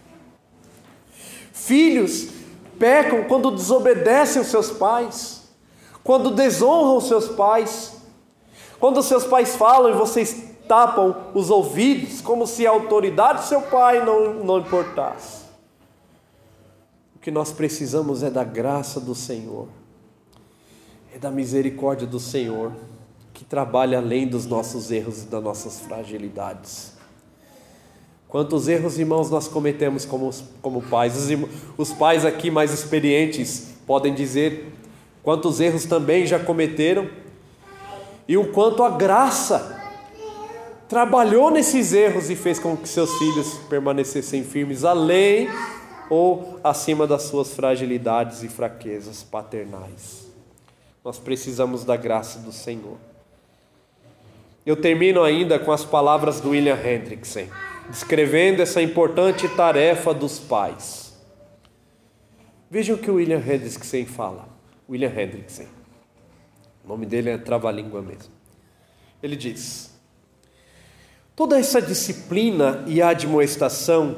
Filhos pecam quando desobedecem os seus pais, quando desonram os seus pais, quando os seus pais falam e vocês tapam os ouvidos, como se a autoridade do seu pai não importasse. O que nós precisamos é da graça do Senhor, é da misericórdia do Senhor, que trabalha além dos nossos erros e das nossas fragilidades. Quantos erros, irmãos, nós cometemos como pais? Os pais aqui mais experientes podem dizer quantos erros também já cometeram e o quanto a graça trabalhou nesses erros e fez com que seus filhos permanecessem firmes além ou acima das suas fragilidades e fraquezas paternais. Nós precisamos da graça do Senhor. Eu termino ainda com as palavras do William Hendrickson, descrevendo essa importante tarefa dos pais. Vejam o que o William Hendrickson fala. William Hendrickson. O nome dele é trava-língua mesmo. Ele diz: toda essa disciplina e admoestação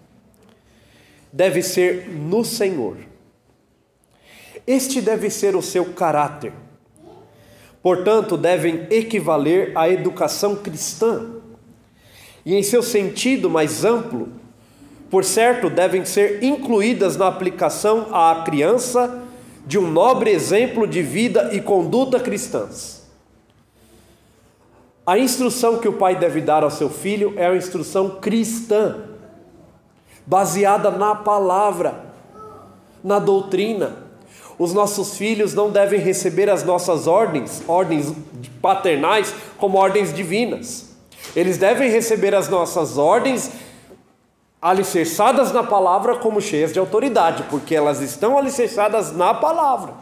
deve ser no Senhor. Este deve ser o seu caráter. Portanto, devem equivaler à educação cristã. E em seu sentido mais amplo, por certo, devem ser incluídas na aplicação à criança de um nobre exemplo de vida e conduta cristãs. A instrução que o pai deve dar ao seu filho é uma instrução cristã, baseada na palavra, na doutrina. Os nossos filhos não devem receber as nossas ordens paternais, como ordens divinas. Eles devem receber as nossas ordens alicerçadas na palavra como cheias de autoridade, porque elas estão alicerçadas na palavra.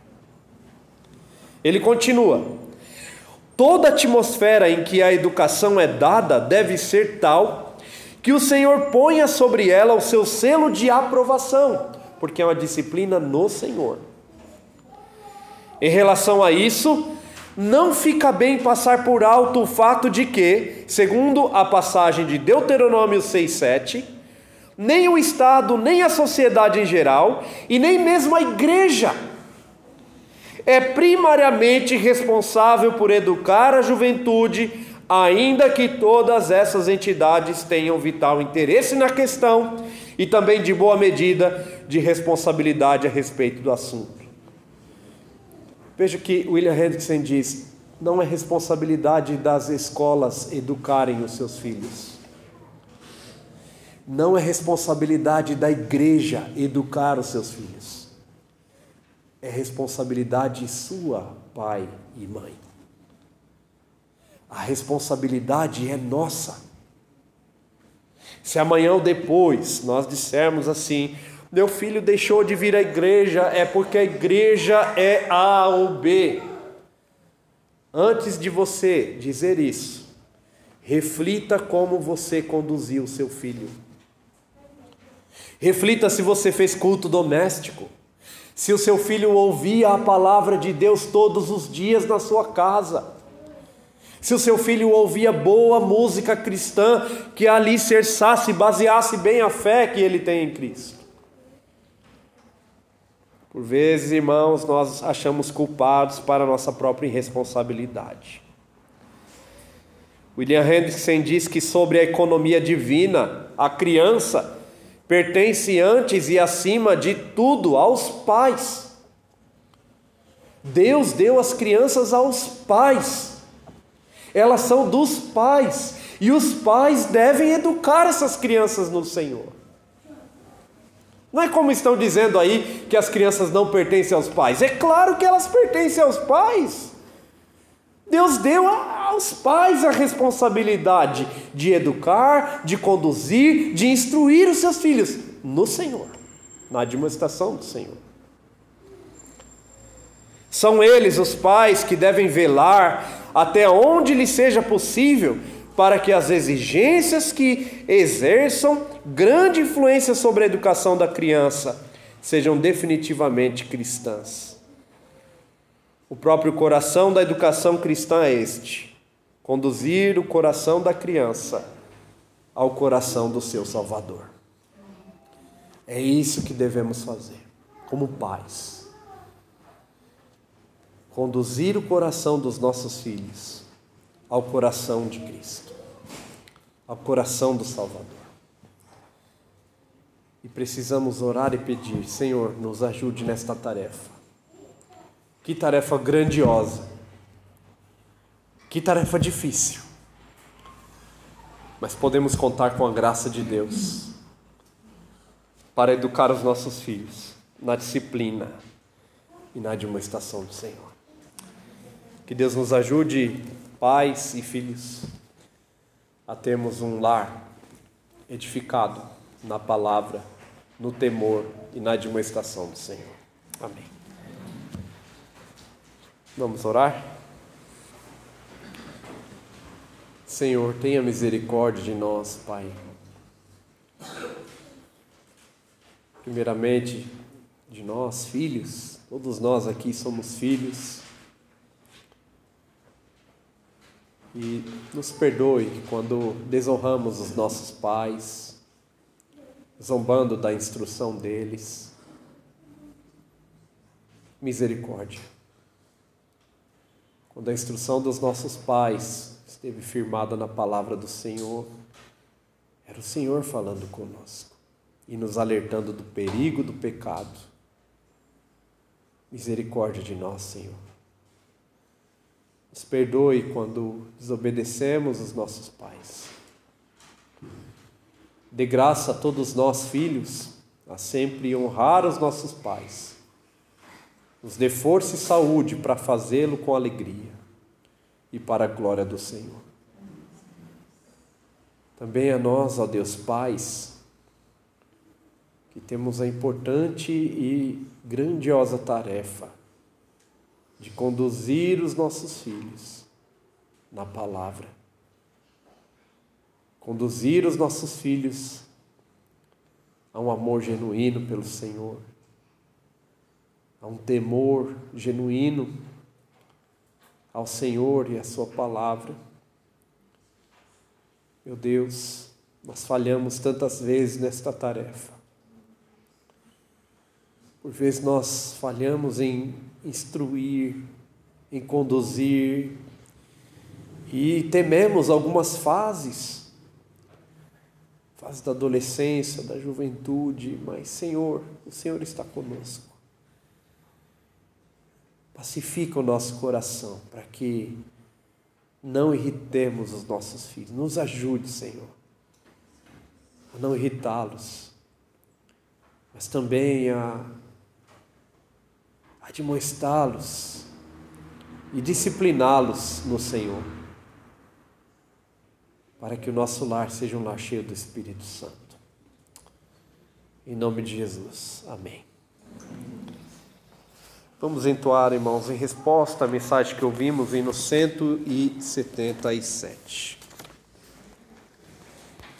Ele continua: toda atmosfera em que a educação é dada deve ser tal que o Senhor ponha sobre ela o seu selo de aprovação, porque é uma disciplina no Senhor. Em relação a isso, não fica bem passar por alto o fato de que, segundo a passagem de Deuteronômio 6,7, nem o Estado, nem a sociedade em geral, e nem mesmo a igreja, é primariamente responsável por educar a juventude, ainda que todas essas entidades tenham vital interesse na questão e também de boa medida de responsabilidade a respeito do assunto. Veja que William Hendrickson diz: não é responsabilidade das escolas educarem os seus filhos. Não é responsabilidade da igreja educar os seus filhos. É responsabilidade sua, pai e mãe. A responsabilidade é nossa. Se amanhã ou depois nós dissermos assim: meu filho deixou de vir à igreja, é porque a igreja é A ou B. Antes de você dizer isso, reflita como você conduziu o seu filho. Reflita se você fez culto doméstico, se o seu filho ouvia a palavra de Deus todos os dias na sua casa, se o seu filho ouvia boa música cristã que alicerçasse, baseasse bem a fé que ele tem em Cristo. Por vezes, irmãos, nós achamos culpados para a nossa própria irresponsabilidade. William Hendrickson diz que sobre a economia divina, a criança pertence antes e acima de tudo aos pais. Deus deu as crianças aos pais. Elas são dos pais. E os pais devem educar essas crianças no Senhor. Não é como estão dizendo aí que as crianças não pertencem aos pais. É claro que elas pertencem aos pais. Deus deu aos pais a responsabilidade de educar, de conduzir, de instruir os seus filhos no Senhor, na admoestação do Senhor. São eles, os pais, que devem velar até onde lhes seja possível para que as exigências que exerçam grande influência sobre a educação da criança sejam definitivamente cristãs. O próprio coração da educação cristã é este: conduzir o coração da criança ao coração do seu Salvador. É isso que devemos fazer, como pais. Conduzir o coração dos nossos filhos ao coração de Cristo, ao coração do Salvador. E precisamos orar e pedir: Senhor, nos ajude nesta tarefa. Que tarefa grandiosa, que tarefa difícil, mas podemos contar com a graça de Deus para educar os nossos filhos na disciplina e na admoestação do Senhor. Que Deus nos ajude, pais e filhos, a termos um lar edificado na palavra, no temor e na admoestação do Senhor. Amém. Vamos orar? Senhor, tenha misericórdia de nós, Pai. Primeiramente, de nós, filhos, todos nós aqui somos filhos. E nos perdoe quando desonramos os nossos pais, zombando da instrução deles. Misericórdia. Quando a instrução dos nossos pais esteve firmada na palavra do Senhor, era o Senhor falando conosco e nos alertando do perigo do pecado. Misericórdia de nós, Senhor. Nos perdoe quando desobedecemos os nossos pais. Dê graça a todos nós, filhos, a sempre honrar os nossos pais. Nos dê força e saúde para fazê-lo com alegria e para a glória do Senhor. Também a nós, ó Deus, pais, que temos a importante e grandiosa tarefa de conduzir os nossos filhos na palavra. Conduzir os nossos filhos a um amor genuíno pelo Senhor, a um temor genuíno ao Senhor e à sua palavra. Meu Deus, nós falhamos tantas vezes nesta tarefa. Por vezes nós falhamos em instruir, em conduzir e tememos algumas fases da adolescência, da juventude, mas Senhor, o Senhor está conosco. Pacifica o nosso coração para que não irritemos os nossos filhos. Nos ajude, Senhor, a não irritá-los, mas também a admoestá-los e discipliná-los no Senhor, para que o nosso lar seja um lar cheio do Espírito Santo. Em nome de Jesus. Amém. Vamos entoar, irmãos, em resposta à mensagem que ouvimos em no 177.